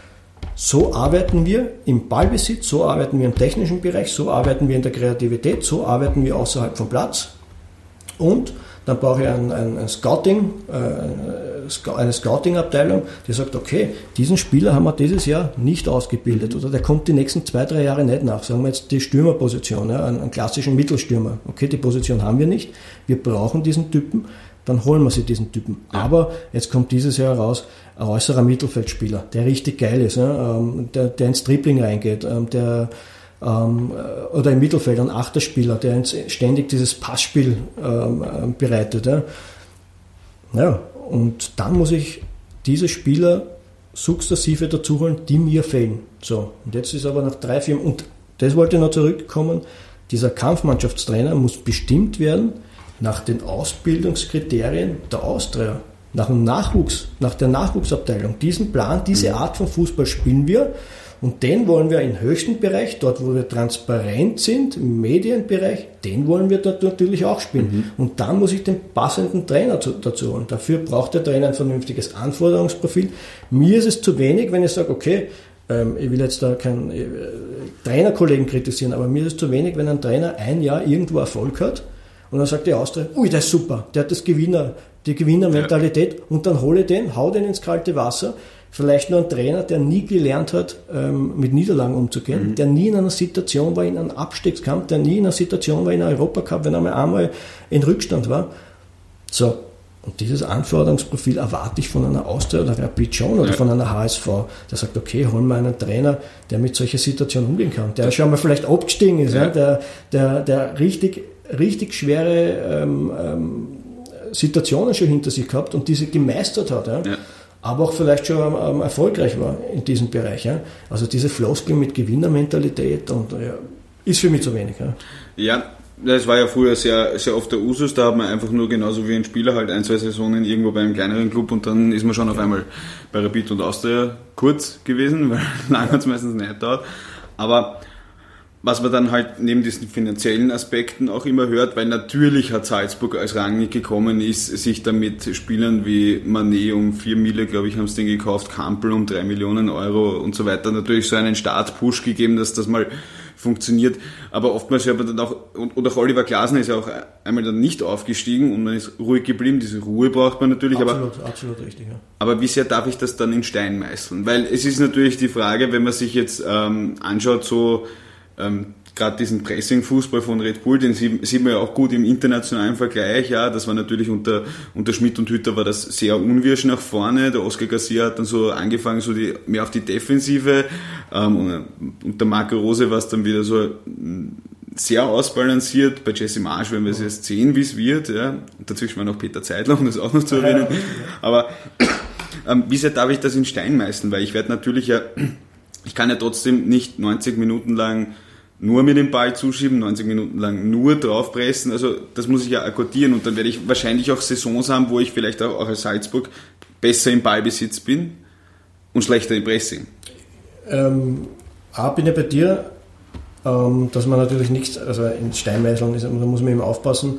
So arbeiten wir im Ballbesitz, so arbeiten wir im technischen Bereich, so arbeiten wir in der Kreativität, so arbeiten wir außerhalb vom Platz. Und dann brauche ich ein, ein, ein Scouting, äh, eine Scouting-Abteilung, die sagt, okay, diesen Spieler haben wir dieses Jahr nicht ausgebildet oder der kommt die nächsten zwei, drei Jahre nicht nach. Sagen wir jetzt die Stürmerposition, ja, einen, einen klassischen Mittelstürmer. Okay, die Position haben wir nicht, wir brauchen diesen Typen, dann holen wir sie diesen Typen. Ja. Aber jetzt kommt dieses Jahr raus ein äußerer Mittelfeldspieler, der richtig geil ist, ja, der, der ins Dribbling reingeht, der ähm, oder im Mittelfeld ein Achterspieler, der ständig dieses Passspiel ähm, bereitet. Ja. ja, und dann muss ich diese Spieler sukzessive dazu holen, die mir fehlen. So, und jetzt ist aber nach drei, vier, und das wollte ich noch zurückkommen, dieser Kampfmannschaftstrainer muss bestimmt werden nach den Ausbildungskriterien der Austria, nach dem Nachwuchs, nach der Nachwuchsabteilung. Diesen Plan, diese Art von Fußball spielen wir und den wollen wir im höchsten Bereich, dort wo wir transparent sind, im Medienbereich, den wollen wir dort natürlich auch spielen. Mhm. Und dann muss ich den passenden Trainer zu, dazu holen. Dafür braucht der Trainer ein vernünftiges Anforderungsprofil. Mir ist es zu wenig, wenn ich sage, okay, ähm, ich will jetzt da keinen äh, Trainerkollegen kritisieren, aber mir ist es zu wenig, wenn ein Trainer ein Jahr irgendwo Erfolg hat und dann sagt die Austria, ui, der ist super, der hat das Gewinner, die Gewinnermentalität, ja. Und dann hole ich den, hau den ins kalte Wasser. Vielleicht nur ein Trainer, der nie gelernt hat, ähm, mit Niederlagen umzugehen, mhm. der nie in einer Situation war, in einem Abstiegskampf, der nie in einer Situation war, in einem Europacup, wenn er mal einmal in Rückstand war. So, und dieses Anforderungsprofil erwarte ich von einer Austria oder Rapid schon oder ja. von einer H S V, der sagt, okay, holen wir einen Trainer, der mit solcher Situation umgehen kann, der schon mal vielleicht abgestiegen ist, ja. Ja, der, der, der richtig richtig schwere ähm, ähm, Situationen schon hinter sich gehabt und diese gemeistert hat. Ja? Ja. Aber auch vielleicht schon ähm, erfolgreich war in diesem Bereich. Ja? Also diese Floskel mit Gewinnermentalität und ja, ist für mich zu wenig. Ja, ja, das war ja früher sehr, sehr oft der Usus, da hat man einfach nur genauso wie ein Spieler halt ein, zwei Saisonen irgendwo bei einem kleineren Club und dann ist man schon auf einmal bei Rapid und Austria kurz gewesen, weil lang hat es meistens nicht dauert. Aber was man dann halt neben diesen finanziellen Aspekten auch immer hört, weil natürlich hat Salzburg, als Rangnick gekommen ist, sich damit Spielern wie Mané um vier Mille, glaube ich, haben es den gekauft, Kampel um drei Millionen Euro und so weiter, natürlich so einen Startpush gegeben, dass das mal funktioniert. Aber oftmals hört man dann auch, und, und auch Oliver Glasner ist ja auch einmal dann nicht aufgestiegen und man ist ruhig geblieben. Diese Ruhe braucht man natürlich. Absolut, aber, absolut richtig, ja. Aber wie sehr darf ich das dann in Stein meißeln? Weil es ist natürlich die Frage, wenn man sich jetzt ähm, anschaut, so Ähm, gerade diesen Pressing-Fußball von Red Bull, den sieht, sieht man ja auch gut im internationalen Vergleich, ja, das war natürlich unter, unter Schmidt und Hütter war das sehr unwirsch nach vorne, der Oscar Garcia hat dann so angefangen, so die, mehr auf die Defensive, ähm, und unter Marco Rose war es dann wieder so sehr ausbalanciert, bei Jesse Marsch werden wir es jetzt sehen, wie es wird, ja, und dazwischen war noch Peter Zeidler, um das auch noch zu erwähnen, aber ähm, wie sehr darf ich das in Stein meißeln, weil ich werde natürlich ja ich kann ja trotzdem nicht neunzig Minuten lang nur mir den Ball zuschieben, neunzig Minuten lang nur draufpressen, also das muss ich ja akkordieren und dann werde ich wahrscheinlich auch Saisons haben, wo ich vielleicht auch, auch als Salzburg besser im Ballbesitz bin und schlechter im Pressing. Ähm, A, bin ich bei dir, ähm, dass man natürlich nichts, also in Steinmeißeln ist, da muss man eben aufpassen,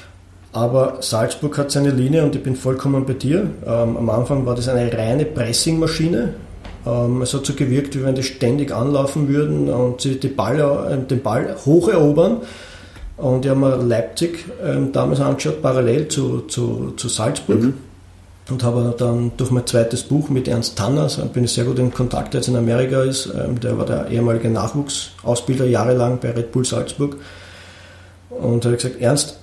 aber Salzburg hat seine Linie und ich bin vollkommen bei dir. Ähm, am Anfang war das eine reine Pressingmaschine. Ähm, es hat so gewirkt, wie wenn die ständig anlaufen würden und sie die Ball, äh, den Ball hoch erobern. Und ich habe mir Leipzig ähm, damals angeschaut, parallel zu, zu, zu Salzburg. Mhm. Und habe dann durch mein zweites Buch mit Ernst Tanner, so bin ich sehr gut in Kontakt, der jetzt in Amerika ist, ähm, der war der ehemalige Nachwuchsausbilder jahrelang bei Red Bull Salzburg. Und habe gesagt, Ernst,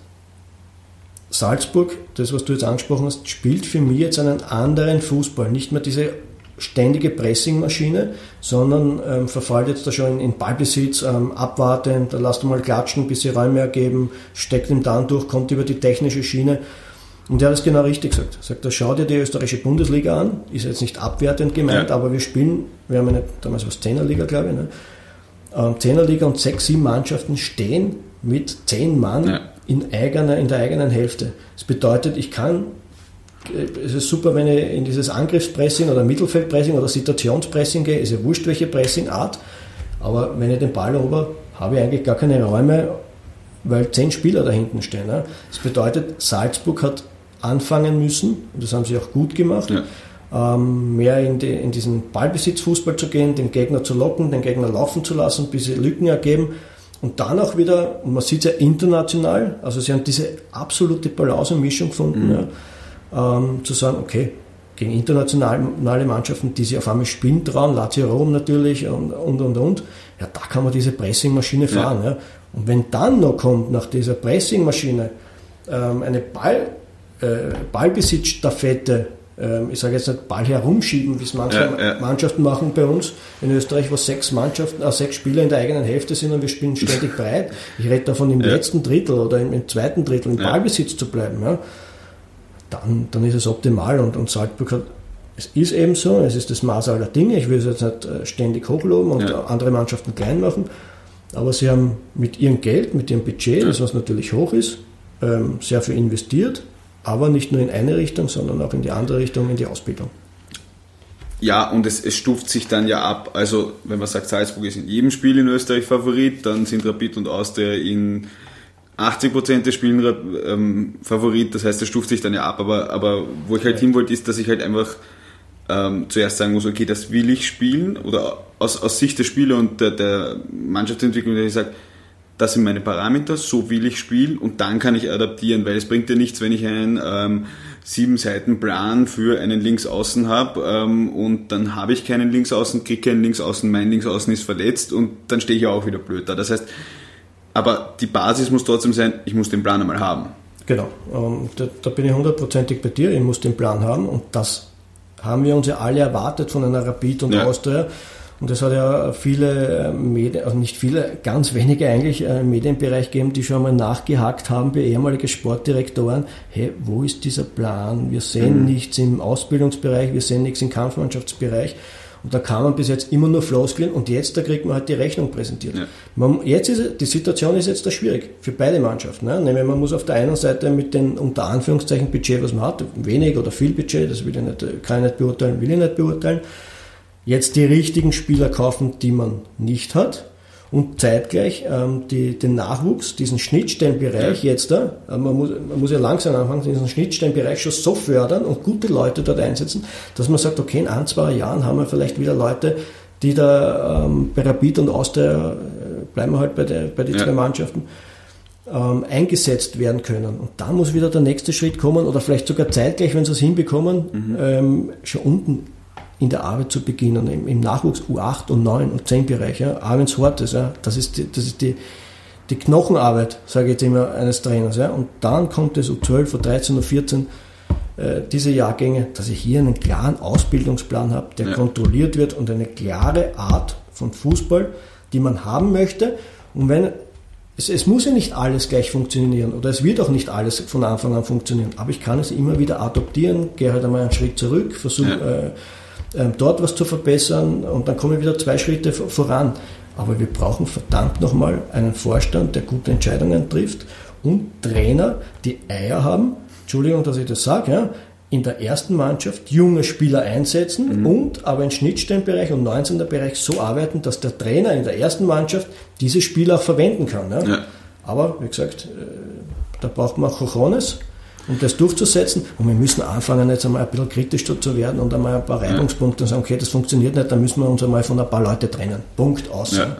Salzburg, das was du jetzt angesprochen hast, spielt für mich jetzt einen anderen Fußball. Nicht mehr diese ständige Pressingmaschine, sondern ähm, verfällt jetzt da schon in, in Ballbesitz, ähm, abwarten, da lasst du mal klatschen, bis sie Räume ergeben, steckt ihm dann durch, kommt über die technische Schiene. Und der hat es genau richtig gesagt. Er sagt, da schau dir die österreichische Bundesliga an, ist jetzt nicht abwertend gemeint, ja. Aber wir spielen, wir haben eine, damals was Zehnerliga, glaube ich, ne? ähm, Zehnerliga und sechs, sieben Mannschaften stehen mit zehn Mann ja. in, eigener, in der eigenen Hälfte. Das bedeutet, ich kann es ist super, wenn ich in dieses Angriffspressing oder Mittelfeldpressing oder Situationspressing gehe, ist ja wurscht, welche Pressingart, aber wenn ich den Ball erober, habe ich eigentlich gar keine Räume, weil zehn Spieler da hinten stehen. Ne? Das bedeutet, Salzburg hat anfangen müssen, und das haben sie auch gut gemacht, ja. ähm, mehr in, die, in diesen Ballbesitzfußball zu gehen, den Gegner zu locken, den Gegner laufen zu lassen, bis sie Lücken ergeben. Und dann auch wieder, und man sieht es ja international, also sie haben diese absolute Balance und Mischung gefunden, mhm. ja, Ähm, zu sagen, okay, gegen internationale Mannschaften, die sich auf einmal spielen trauen, Lazio Rom natürlich und, und, und, und, ja, da kann man diese Pressingmaschine fahren. Ja. Ja. Und wenn dann noch kommt, nach dieser Pressingmaschine, ähm, eine Ball, äh, Ballbesitzstaffette, ähm, ich sage jetzt nicht Ball herumschieben, wie es manche ja, ja. Mannschaften machen bei uns in Österreich, wo sechs Mannschaften, äh, sechs Spieler in der eigenen Hälfte sind und wir spielen ständig breit. Ich rede davon, im ja. letzten Drittel oder im, im zweiten Drittel im ja. Ballbesitz zu bleiben. Ja. Dann, dann ist es optimal und, und Salzburg hat, es ist eben so, es ist das Maß aller Dinge, ich will es jetzt nicht ständig hochloben und ja. andere Mannschaften klein machen, aber sie haben mit ihrem Geld, mit ihrem Budget, das was natürlich hoch ist, ähm, sehr viel investiert, aber nicht nur in eine Richtung, sondern auch in die andere Richtung, in die Ausbildung. Ja, und es, es stuft sich dann ja ab, also wenn man sagt, Salzburg ist in jedem Spiel in Österreich Favorit, dann sind Rapid und Austria in achtzig Prozent der Spielen ähm, Favorit, das heißt, das stuft sich dann ja ab, aber, aber wo ich halt hin wollte, ist, dass ich halt einfach ähm, zuerst sagen muss, okay, das will ich spielen, oder aus, aus Sicht der Spieler und der, der Mannschaftsentwicklung, dass ich sage, das sind meine Parameter, so will ich spielen und dann kann ich adaptieren, weil es bringt ja nichts, wenn ich einen ähm, sieben Seiten Plan für einen Linksaußen habe ähm, und dann habe ich keinen Linksaußen, kriege keinen Linksaußen, mein Linksaußen ist verletzt und dann stehe ich auch wieder blöd da. Das heißt, aber die Basis muss trotzdem sein, ich muss den Plan einmal haben. Genau, ähm, da, da bin ich hundertprozentig bei dir, ich muss den Plan haben und das haben wir uns ja alle erwartet von einer Rapid und ja. Austria Und es hat ja viele Medien, also nicht viele, ganz wenige eigentlich im Medienbereich gegeben, die schon einmal nachgehakt haben bei ehemaligen Sportdirektoren, hey, wo ist dieser Plan? Wir sehen mhm. nichts im Ausbildungsbereich, wir sehen nichts im Kampfmannschaftsbereich. Und da kann man bis jetzt immer nur Floskeln und jetzt, da kriegt man halt die Rechnung präsentiert. Ja. Man, jetzt ist, die Situation ist jetzt da schwierig für beide Mannschaften. Ne? Nämlich man muss auf der einen Seite mit den unter Anführungszeichen Budget, was man hat, wenig oder viel Budget, das will ich nicht, kann ich nicht beurteilen, will ich nicht beurteilen, jetzt die richtigen Spieler kaufen, die man nicht hat und zeitgleich ähm, die, den Nachwuchs, diesen Schnittstellenbereich ja. jetzt da, äh, man, muss, man muss ja langsam anfangen, diesen Schnittstellenbereich schon so fördern und gute Leute dort einsetzen, dass man sagt, okay, in ein, zwei Jahren haben wir vielleicht wieder Leute, die da ähm, bei Rapid und Austria, äh, bleiben wir halt bei, der, bei den ja. zwei Mannschaften, ähm, eingesetzt werden können. Und dann muss wieder der nächste Schritt kommen oder vielleicht sogar zeitgleich, wenn sie es hinbekommen, mhm. ähm, schon unten in der Arbeit zu beginnen, im, im Nachwuchs U acht und neun und zehn Bereich, ja, auch wenn es hart ist, ja, das ist die, das ist die, die Knochenarbeit, sage ich jetzt immer, eines Trainers, ja, und dann kommt es U zwölf, U dreizehn, U vierzehn, äh, diese Jahrgänge, dass ich hier einen klaren Ausbildungsplan habe, der ja. kontrolliert wird und eine klare Art von Fußball, die man haben möchte, und wenn es, es muss ja nicht alles gleich funktionieren oder es wird auch nicht alles von Anfang an funktionieren, aber ich kann es immer wieder adoptieren, gehe halt einmal einen Schritt zurück, versuche ja. äh, dort was zu verbessern und dann kommen wir wieder zwei Schritte voran. Aber wir brauchen verdammt nochmal einen Vorstand, der gute Entscheidungen trifft und Trainer, die Eier haben, Entschuldigung, dass ich das sage, ja, in der ersten Mannschaft junge Spieler einsetzen mhm. und aber im Schnittstellenbereich und neunzehnter Bereich so arbeiten, dass der Trainer in der ersten Mannschaft diese Spieler auch verwenden kann. Ja. Ja. Aber, wie gesagt, da braucht man auch Cojones, um das durchzusetzen. Und wir müssen anfangen, jetzt einmal ein bisschen kritisch zu werden und einmal ein paar Reibungspunkte und sagen, okay, das funktioniert nicht, dann müssen wir uns einmal von ein paar Leuten trennen. Punkt, aus. Ja.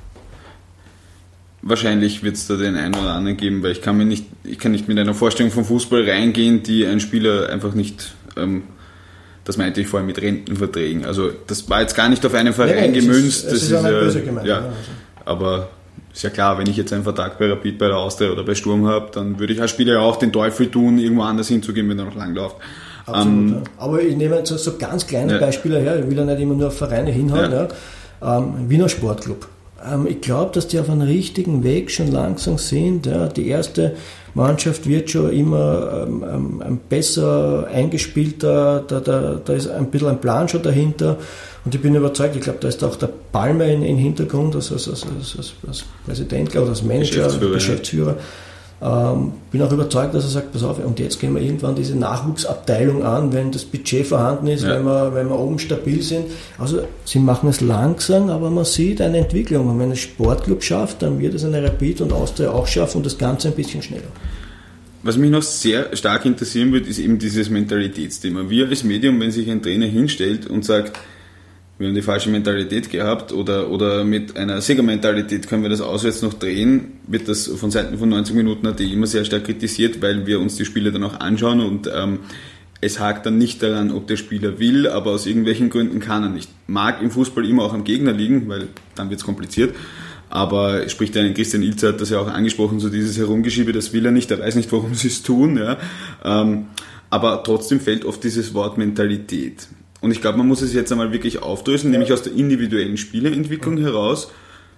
Wahrscheinlich wird es da den einen oder anderen geben, weil ich kann mir nicht, ich kann nicht mit einer Vorstellung vom Fußball reingehen, die ein Spieler einfach nicht, ähm, das meinte ich vorhin mit Rentenverträgen. Also das war jetzt gar nicht auf einen Verein nee, gemünzt. Es ist, es das ist, ist ja, böse gemeint. Ja, also. Aber ist ja klar, wenn ich jetzt einen Vertrag bei Rapid, bei der Austria oder bei Sturm habe, dann würde ich als Spieler ja auch den Teufel tun, irgendwo anders hinzugehen, wenn er noch lang läuft. Absolut, ähm, ja. Aber ich nehme jetzt so, so ganz kleine ja. Beispiele her, ich will ja nicht immer nur auf Vereine hinhauen. Ja. Ja. Ähm, Wiener Sportclub. Ähm, ich glaube, dass die auf einem richtigen Weg schon langsam sind. Ja. Die erste Mannschaft wird schon immer ähm, ähm, besser eingespielter, da, da, da ist ein bisschen ein Plan schon dahinter. Und ich bin überzeugt, ich glaube, da ist auch der Palmer im Hintergrund, als, als, als, als, als Präsident, glaube ich, als Manager, Geschäftsführer. Als Geschäftsführer. Ja. Ähm, bin auch überzeugt, dass er sagt, pass auf, und jetzt gehen wir irgendwann diese Nachwuchsabteilung an, wenn das Budget vorhanden ist, ja. wenn, wir, wenn wir oben stabil sind. Also sie machen es langsam, aber man sieht eine Entwicklung. Und wenn ein Sportclub schafft, dann wird es eine Rapid und Austria auch schaffen und das Ganze ein bisschen schneller. Was mich noch sehr stark interessieren wird, ist eben dieses Mentalitätsthema. Wir als Medium, wenn sich ein Trainer hinstellt und sagt, wir haben die falsche Mentalität gehabt oder, oder mit einer Siegermentalität können wir das auswärts noch drehen, wird das von Seiten von neunzig Minuten A T immer sehr stark kritisiert, weil wir uns die Spiele dann auch anschauen und ähm, es hakt dann nicht daran, ob der Spieler will, aber aus irgendwelchen Gründen kann er nicht. Mag im Fußball immer auch am Gegner liegen, weil dann wird es kompliziert, aber spricht einen Christian Ilzer hat das ja auch angesprochen, so dieses Herumgeschiebe, das will er nicht, er weiß nicht, warum sie es tun, ja. Ähm, aber trotzdem fällt oft dieses Wort Mentalität. Und ich glaube, man muss es jetzt einmal wirklich aufdröseln, ja. nämlich aus der individuellen Spieleentwicklung heraus,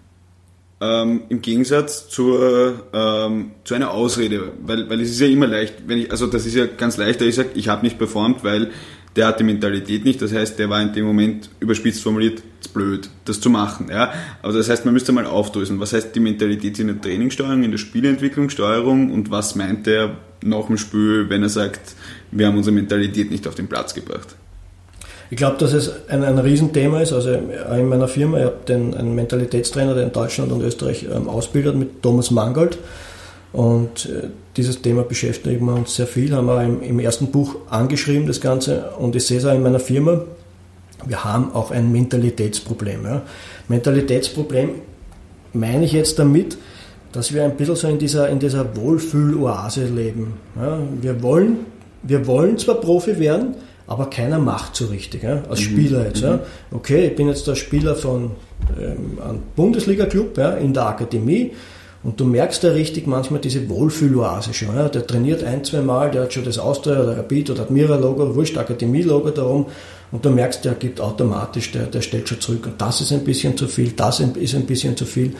ähm, im Gegensatz zur, ähm, zu einer Ausrede. Weil, weil es ist ja immer leicht, wenn ich, also das ist ja ganz leicht, dass ich sage, ich habe nicht performt, weil der hat die Mentalität nicht. Das heißt, der war in dem Moment, überspitzt formuliert, blöd, das zu machen. Ja? Aber das heißt, man müsste mal aufdröseln. Was heißt die Mentalität in der Trainingssteuerung, in der Spielentwicklungssteuerung und was meint er nach dem Spiel, wenn er sagt, wir haben unsere Mentalität nicht auf den Platz gebracht? Ich glaube, dass es ein, ein Riesenthema ist. Also in meiner Firma, ich habe den, einen Mentalitätstrainer, der in Deutschland und Österreich ähm, ausbildet, mit Thomas Mangold. Und äh, dieses Thema beschäftigen wir uns sehr viel, haben wir im, im ersten Buch angeschrieben, das Ganze. Und ich sehe es auch in meiner Firma, wir haben auch ein Mentalitätsproblem. Ja. Mentalitätsproblem meine ich jetzt damit, dass wir ein bisschen so in dieser, in dieser Wohlfühloase leben. Ja. Wir wollen, wir wollen zwar Profi werden, aber keiner macht so richtig, ja, als Spieler jetzt. Ja. Okay, ich bin jetzt der Spieler von ähm, einem Bundesliga-Club, ja, in der Akademie und du merkst ja richtig manchmal diese Wohlfühloase schon. Ja. Der trainiert ein, zwei Mal, der hat schon das Austria oder Rapid oder Admira-Logo, wurscht, Akademie-Logo darum und du merkst, der gibt automatisch, der, der stellt schon zurück und das ist ein bisschen zu viel, das ist ein bisschen zu viel.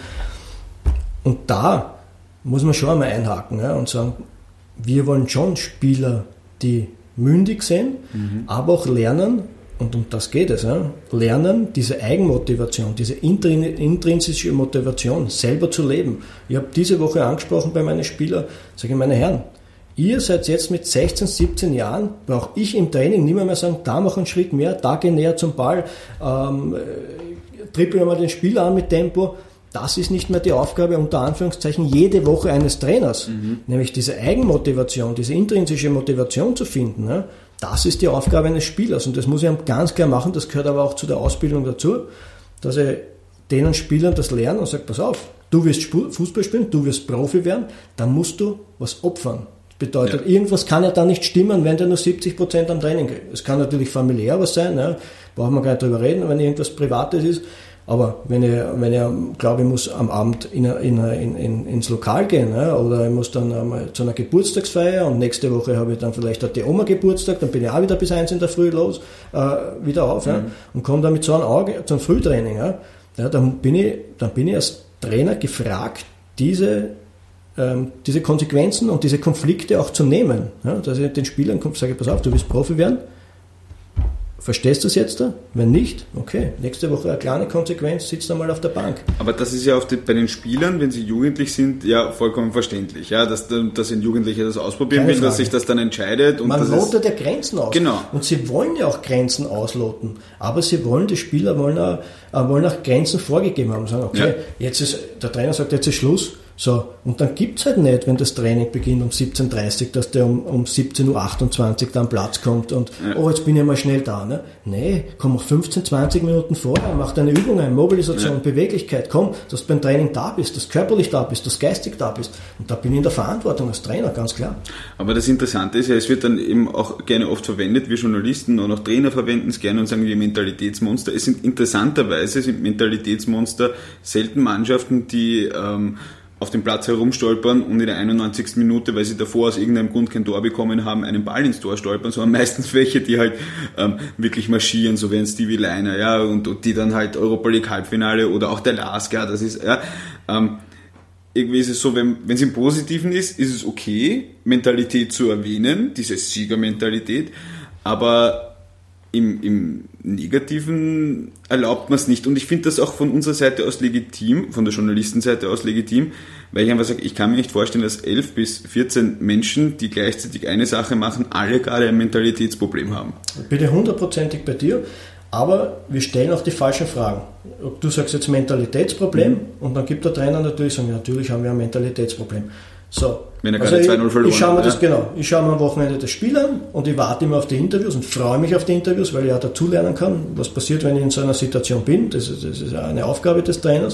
Und da muss man schon einmal einhaken, ja, und sagen, wir wollen schon Spieler, die mündig sind, mhm. aber auch lernen, und um das geht es, ja, lernen, diese Eigenmotivation, diese intrinsische Motivation selber zu leben. Ich habe diese Woche angesprochen bei meinen Spielern, sage ich, meine Herren, ihr seid jetzt mit sechzehn, siebzehn Jahren, brauche ich im Training nicht mehr, mehr sagen, da mach einen Schritt mehr, da geh näher zum Ball, ähm, trippel mal den Spieler an mit Tempo. Das ist nicht mehr die Aufgabe, unter Anführungszeichen, jede Woche eines Trainers. Mhm. Nämlich diese Eigenmotivation, diese intrinsische Motivation zu finden. Ja? Das ist die Aufgabe eines Spielers. Und das muss ich ganz klar machen, das gehört aber auch zu der Ausbildung dazu, dass ich denen Spielern das lernen und sage, pass auf, du wirst Fußball spielen, du wirst Profi werden, dann musst du was opfern. Das bedeutet, ja. irgendwas kann ja dann nicht stimmen, wenn der nur siebzig Prozent am Training geht. Es kann natürlich familiär was sein, ja? Brauchen wir gar nicht drüber reden, wenn irgendwas Privates ist. Aber wenn ich, wenn ich glaube, ich muss am Abend in, in, in, ins Lokal gehen, ja, oder ich muss dann einmal zu einer Geburtstagsfeier und nächste Woche habe ich dann vielleicht auch die Oma Geburtstag, dann bin ich auch wieder bis eins in der Früh los, äh, wieder auf, mhm. ja, und komme dann mit so einem Auge zum Frühtraining. Ja, ja, dann, bin ich, dann bin ich als Trainer gefragt, diese, ähm, diese Konsequenzen und diese Konflikte auch zu nehmen. Ja, dass ich den Spielern sage, pass auf, du willst Profi werden. Verstehst du es jetzt da? Wenn nicht, okay, nächste Woche eine kleine Konsequenz, sitzt einmal auf der Bank. Aber das ist ja auf die, bei den Spielern, wenn sie jugendlich sind, ja vollkommen verständlich, ja, dass, dass ein Jugendlicher das ausprobieren Keine will, Frage. Dass sich das dann entscheidet. Und man lotet ja Grenzen aus. Genau. Und sie wollen ja auch Grenzen ausloten, aber sie wollen, die Spieler wollen auch, wollen auch Grenzen vorgegeben haben, sagen, okay, ja. jetzt ist, der Trainer sagt, jetzt ist Schluss. So, und dann gibt's halt nicht, wenn das Training beginnt um siebzehn Uhr dreißig, dass der um, um siebzehn Uhr achtundzwanzig da am Platz kommt und, ja. oh, jetzt bin ich mal schnell da, ne? Nee, komm auch fünfzehn, zwanzig Minuten vorher, mach deine Übungen, Mobilisation, ja. Beweglichkeit, komm, dass du beim Training da bist, dass du körperlich da bist, dass du geistig da bist. Und da bin ich in der Verantwortung als Trainer, ganz klar. Aber das Interessante ist ja, es wird dann eben auch gerne oft verwendet, wir Journalisten und auch Trainer verwenden es gerne und sagen, wir Mentalitätsmonster. Es sind interessanterweise, sind Mentalitätsmonster selten Mannschaften, die, ähm, auf dem Platz herumstolpern und in der einundneunzigsten Minute, weil sie davor aus irgendeinem Grund kein Tor bekommen haben, einen Ball ins Tor stolpern, sondern meistens welche, die halt ähm, wirklich marschieren, so wie ein Stevie Leiner, ja, und, und die dann halt Europa League Halbfinale oder auch der Lasker, das ist, ja, ähm, irgendwie ist es so, wenn wenn es im Positiven ist, ist es okay, Mentalität zu erwähnen, diese Siegermentalität, aber Im, im Negativen erlaubt man es nicht. Und ich finde das auch von unserer Seite aus legitim, von der Journalistenseite aus legitim, weil ich einfach sage, ich kann mir nicht vorstellen, dass elf bis vierzehn Menschen, die gleichzeitig eine Sache machen, alle gerade ein Mentalitätsproblem haben. Ich bin hundertprozentig bei dir, aber wir stellen auch die falschen Fragen. Du sagst jetzt Mentalitätsproblem, mhm. und dann gibt der Trainer natürlich sagen, natürlich haben wir ein Mentalitätsproblem. So. Wenn er also gerade zwei null verloren ich, ich schaue mir hat. Das, genau, ich schaue mir am Wochenende das Spiel an und ich warte immer auf die Interviews und freue mich auf die Interviews, weil ich auch dazulernen kann, was passiert, wenn ich in so einer Situation bin. Das ist, das ist eine Aufgabe des Trainers.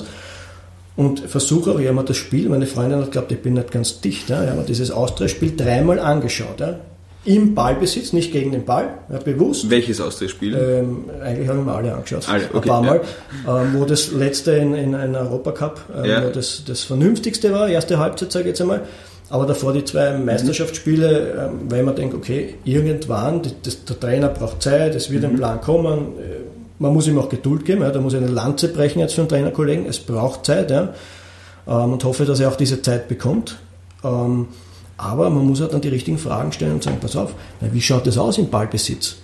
Und versuche auch, ich habe mir das Spiel, meine Freundin hat geglaubt, ich bin nicht ganz dicht, ja, ich habe mir dieses Austria-Spiel dreimal angeschaut. Ja. Im Ballbesitz, nicht gegen den Ball, ja, bewusst. Welches Austria-Spiel? Ähm, eigentlich habe ich mir alle angeschaut. Alle, okay, ein paar Mal. Ja. Ähm, wo das letzte in, in einem Europacup, ähm, ja. wo das, das Vernünftigste war, erste Halbzeit, sage ich jetzt einmal. Aber davor die zwei Meisterschaftsspiele, ähm, weil man denkt, okay, irgendwann, die, das, der Trainer braucht Zeit, es wird mhm. ein Plan kommen, man muss ihm auch Geduld geben, ja, da muss ich eine Lanze brechen jetzt für einen Trainerkollegen, es braucht Zeit, ja, ähm, und hoffe, dass er auch diese Zeit bekommt. Ähm, aber man muss halt dann die richtigen Fragen stellen und sagen, pass auf, na, wie schaut das aus im Ballbesitz?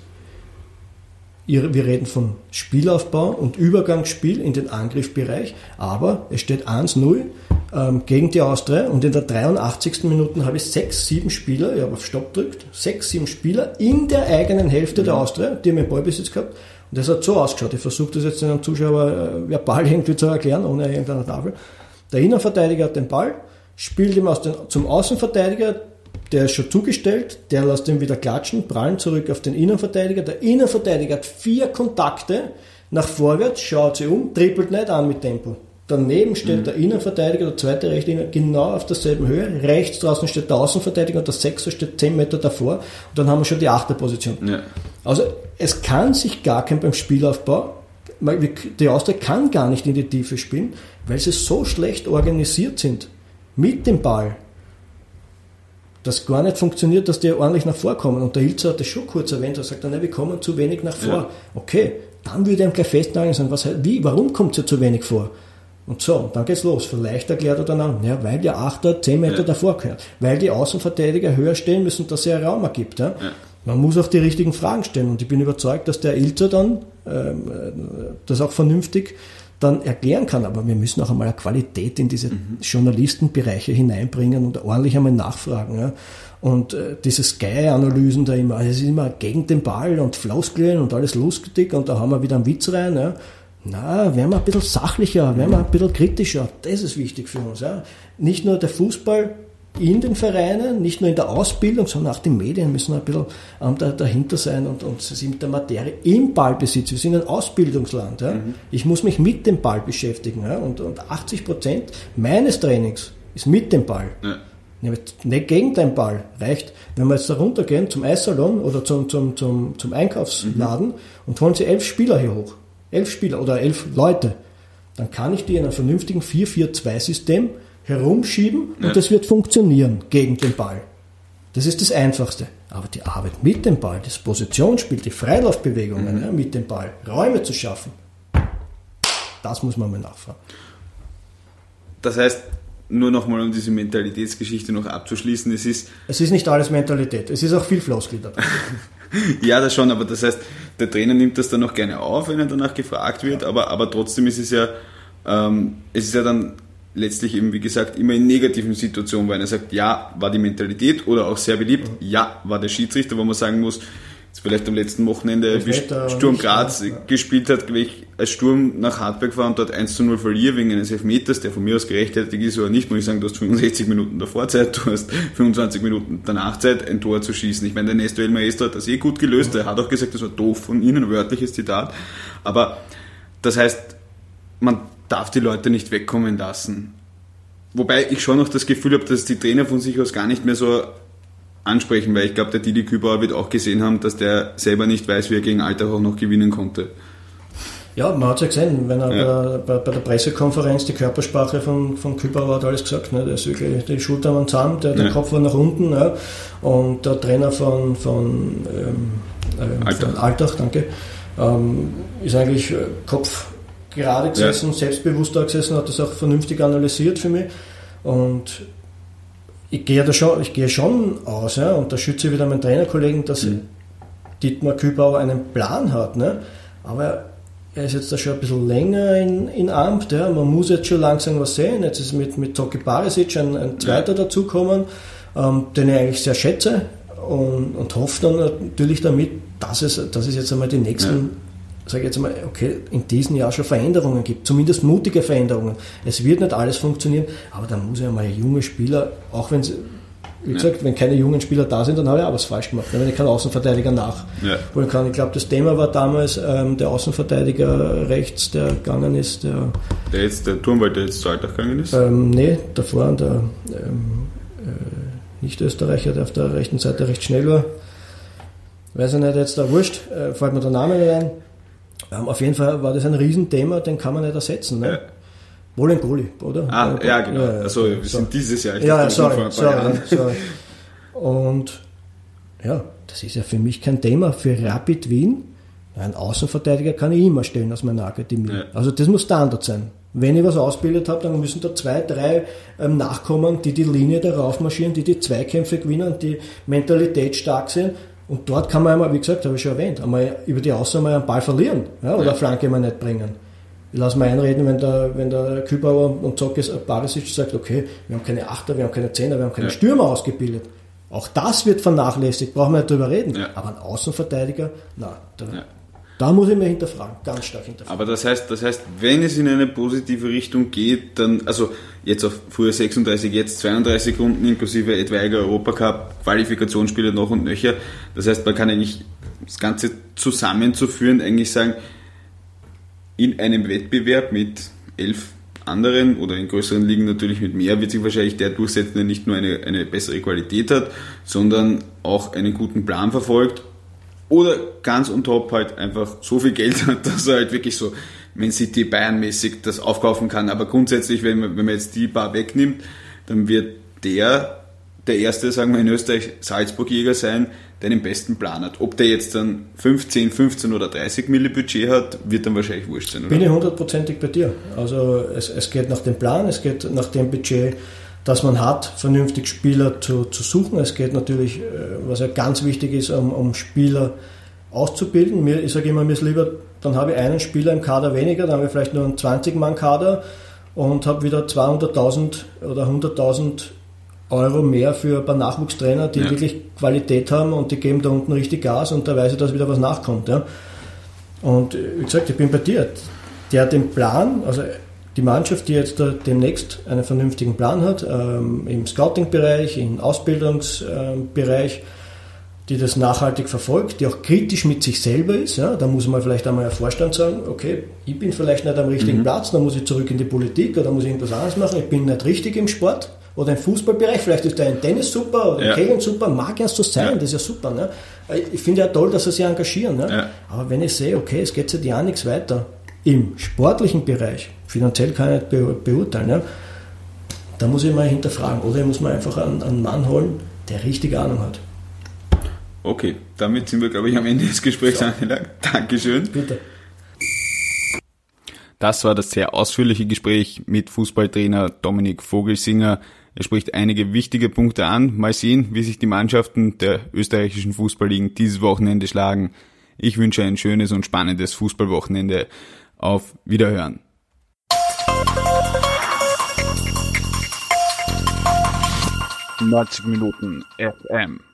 Wir reden von Spielaufbau und Übergangsspiel in den Angriffsbereich, aber es steht eins null ähm, gegen die Austria und in der dreiundachtzigsten Minute habe ich sechs, sieben Spieler, ich habe auf Stopp gedrückt, sechs, sieben Spieler in der eigenen Hälfte mhm. der Austria, die haben den Ballbesitz gehabt und das hat so ausgeschaut. Ich versuche das jetzt einem Zuschauer äh, verbal irgendwie zu erklären, ohne irgendeine Tafel. Der Innenverteidiger hat den Ball, spielt ihm aus den, zum Außenverteidiger, der ist schon zugestellt, der lässt ihn wieder klatschen, prallen zurück auf den Innenverteidiger. Der Innenverteidiger hat vier Kontakte nach vorwärts, schaut sich um, trippelt nicht an mit Tempo. Daneben steht mhm. der Innenverteidiger, der zweite rechte Innenverteidiger, genau auf derselben Höhe. Rechts draußen steht der Außenverteidiger und der Sechser steht zehn Meter davor. Und dann haben wir schon die achte Position. Ja. Also es kann sich gar kein beim Spielaufbau, die Austria kann gar nicht in die Tiefe spielen, weil sie so schlecht organisiert sind mit dem Ball. das gar nicht funktioniert, dass die ordentlich nach vorkommen. Und der Ilzer hat das schon kurz erwähnt, er sagt dann, wir kommen zu wenig nach vor. Ja. Okay, dann würde ich ihm gleich festnageln und sagen, was, wie, warum kommt ihr zu wenig vor? Und so, und dann geht's los. Vielleicht erklärt er dann auch, ja, weil der Achter zehn Meter ja. davor gehört. Weil die Außenverteidiger höher stehen müssen, dass es ja Raum ergibt. Ja? Ja. Man muss auch die richtigen Fragen stellen. Und ich bin überzeugt, dass der Ilzer dann ähm, das auch vernünftig dann erklären kann. Aber wir müssen auch einmal eine Qualität in diese mhm. Journalistenbereiche hineinbringen und ordentlich einmal nachfragen. Ja? Und äh, diese Sky-Analysen da immer, es ist immer gegen den Ball und Floskeln und alles lustig und da haben wir wieder einen Witz rein. Ja? Na, werden wir ein bisschen sachlicher, werden wir ein bisschen kritischer. Das ist wichtig für uns. Ja. Nicht nur der Fußball in den Vereinen, nicht nur in der Ausbildung, sondern auch die Medien müssen ein bisschen ähm, da, dahinter sein und, und sie sind mit der Materie im Ballbesitz. Wir sind ein Ausbildungsland. Ja. Mhm. Ich muss mich mit dem Ball beschäftigen. Ja. Und, und achtzig Prozent meines Trainings ist mit dem Ball. Ja. Nicht gegen den Ball. Reicht, wenn wir jetzt da runtergehen zum Eissalon oder zum, zum, zum, zum Einkaufsladen mhm. und holen sie elf Spieler hier hoch. Elf Spieler oder elf Leute, dann kann ich die in einem vernünftigen vier vier zwei System herumschieben und ja. das wird funktionieren gegen den Ball. Das ist das Einfachste. Aber die Arbeit mit dem Ball, das Positionsspiel, die Freilaufbewegungen mhm. ja, mit dem Ball, Räume zu schaffen, das muss man mal nachfragen. Das heißt, nur nochmal um diese Mentalitätsgeschichte noch abzuschließen, es ist... Es ist nicht alles Mentalität, es ist auch viel Floskel dabei. Ja, das schon, aber das heißt, der Trainer nimmt das dann auch gerne auf, wenn er danach gefragt wird, aber, aber trotzdem ist es ja, ähm, es ist ja dann letztlich eben, wie gesagt, immer in negativen Situationen, weil er sagt, ja, war die Mentalität oder auch sehr beliebt, ja, war der Schiedsrichter, wo man sagen muss, jetzt vielleicht am letzten Wochenende, wie Sturm Graz ja. gespielt hat, als Sturm nach Hartberg war und dort eins zu null verliert wegen eines Elfmeters, der von mir aus gerechtfertigt ist oder nicht, muss ich sagen, du hast fünfundsechzig Minuten davor Zeit, du hast fünfundzwanzig Minuten danach Zeit, ein Tor zu schießen. Ich meine, der Nestor El Maestro hat das eh gut gelöst, er hat auch gesagt, das war doof von Ihnen, ein wörtliches Zitat, aber das heißt, man darf die Leute nicht wegkommen lassen. Wobei ich schon noch das Gefühl habe, dass die Trainer von sich aus gar nicht mehr so ansprechen, weil ich glaube, der Didi Kübauer wird auch gesehen haben, dass der selber nicht weiß, wie er gegen Altach auch noch gewinnen konnte. Ja, man hat es ja gesehen, wenn er ja. bei, bei, bei der Pressekonferenz die Körpersprache von, von Kübauer hat alles gesagt, ne? Der ist wirklich, die Schultern waren zusammen, der, der ja. Kopf war nach unten, ja? Und der Trainer von, von, ähm, ähm, Altach. von Altach, danke, ähm, ist eigentlich Kopf gerade gesessen, ja. selbstbewusst da gesessen, hat das auch vernünftig analysiert für mich und ich gehe da schon, ich gehe schon aus, ja, und da schütze ich wieder meinen Trainerkollegen, dass mhm. Dietmar Kübauer einen Plan hat, ne? Aber er ist jetzt da schon ein bisschen länger in, in Amt, ja. Man muss jetzt schon langsam was sehen. Jetzt ist mit, mit Zoki Barisic ein, ein zweiter ja. dazugekommen, ähm, den ich eigentlich sehr schätze und, und hoffe dann natürlich damit, dass es, dass es jetzt einmal die nächsten ja. sage ich jetzt mal, okay, in diesem Jahr schon Veränderungen gibt, zumindest mutige Veränderungen. Es wird nicht alles funktionieren, aber dann muss ja mal ein junger Spieler, auch wenn sie, wie gesagt, ja. wenn keine jungen Spieler da sind, dann habe ich auch was falsch gemacht, wenn ich keinen Außenverteidiger nachholen kann. Ich glaube, das Thema war damals ähm, der Außenverteidiger rechts, der gegangen ist. Der, der jetzt, der Turmwald, der jetzt zu Altach gegangen ist? Ähm, nee, davor der ähm, äh, Nicht-Österreicher, der auf der rechten Seite recht schnell war. Weiß ich nicht, jetzt da wurscht, äh, fällt mir der Name nicht ein. Ähm, auf jeden Fall war das ein Riesenthema, den kann man nicht ersetzen. Ne? Ja. Bolengoli, oder? Ah, ja, ja genau. Ja, also wir so. sind dieses Jahr. Ich ja, sorry, sorry, sorry. Und ja, das ist ja für mich kein Thema. Für Rapid Wien, einen Außenverteidiger kann ich immer stellen aus meiner Akademie. Ja. Also das muss Standard sein. Wenn ich was ausgebildet habe, dann müssen da zwei, drei ähm, nachkommen, die die Linie darauf marschieren, die die Zweikämpfe gewinnen, die Mentalität stark sind. Und dort kann man einmal, wie gesagt, habe ich schon erwähnt, einmal über die Außen mal einen Ball verlieren, ja, oder ja. Flanke mal nicht bringen. Ich lasse mal einreden, wenn der, wenn der Kübauer und Zockes Barisic sagt, okay, wir haben keine Achter, wir haben keine Zehner, wir haben keine ja. Stürmer ausgebildet. Auch das wird vernachlässigt, brauchen wir nicht drüber reden. Ja. Aber ein Außenverteidiger, na, da, ja. da muss ich mir hinterfragen, ganz stark hinterfragen. Aber das heißt, das heißt, wenn es in eine positive Richtung geht, dann, also jetzt auf früher sechsunddreißig, jetzt zweiunddreißig Runden inklusive etwaiger Europacup, Qualifikationsspiele noch und nöcher. Das heißt, man kann eigentlich das Ganze zusammenzuführen, eigentlich sagen, in einem Wettbewerb mit elf anderen oder in größeren Ligen natürlich mit mehr, wird sich wahrscheinlich der durchsetzen, der nicht nur eine, eine bessere Qualität hat, sondern auch einen guten Plan verfolgt oder ganz on top halt einfach so viel Geld hat, dass er halt wirklich so Man City, Bayern-mäßig das aufkaufen kann. Aber grundsätzlich, wenn man, wenn man jetzt die paar wegnimmt, dann wird der der erste, sagen wir in Österreich, Salzburg-Jäger sein, der den besten Plan hat. Ob der jetzt dann fünfzehn, fünfzehn oder dreißig Mille Budget hat, wird dann wahrscheinlich wurscht sein, oder? Bin ich hundertprozentig bei dir. Also es, es geht nach dem Plan, es geht nach dem Budget, das man hat, vernünftig Spieler zu, zu suchen. Es geht natürlich, was ja ganz wichtig ist, um, um Spieler auszubilden. Mir, ich sage immer, mir ist lieber, dann habe ich einen Spieler im Kader weniger, dann habe ich vielleicht nur einen zwanzig-Mann-Kader und habe wieder zweihunderttausend oder hunderttausend Euro mehr für ein paar Nachwuchstrainer, die ja. wirklich Qualität haben und die geben da unten richtig Gas und da weiß ich, dass wieder was nachkommt. Ja. Und wie gesagt, ich bin bei dir. Der hat den Plan, also die Mannschaft, die jetzt da demnächst einen vernünftigen Plan hat, ähm, im Scouting-Bereich, im Ausbildungsbereich, ähm, die das nachhaltig verfolgt, die auch kritisch mit sich selber ist. Ja. Da muss man vielleicht einmal ein Vorstand sagen, okay, ich bin vielleicht nicht am richtigen mhm. Platz, dann muss ich zurück in die Politik oder muss ich irgendwas anderes machen, ich bin nicht richtig im Sport. Oder im Fußballbereich, vielleicht ist der in Tennis super oder ja. im Kegeln super, mag ja so sein, ja. das ist ja super. Ne? Ich finde ja toll, dass sie sich engagieren. Ne? Ja. Aber wenn ich sehe, okay, es geht seit Jahren nichts weiter im sportlichen Bereich, finanziell kann ich nicht be- beurteilen, ja? Da muss ich mal hinterfragen. Oder ich muss mal einfach einen, einen Mann holen, der richtig Ahnung hat. Okay, damit sind wir, glaube ich, am Ende des Gesprächs so. angelangt. Dankeschön. Bitte. Das war das sehr ausführliche Gespräch mit Fußballtrainer Dominik Vogelsinger. Er spricht einige wichtige Punkte an. Mal sehen, wie sich die Mannschaften der österreichischen Fußballligen dieses Wochenende schlagen. Ich wünsche ein schönes und spannendes Fußballwochenende. Auf Wiederhören. neunzig Minuten F M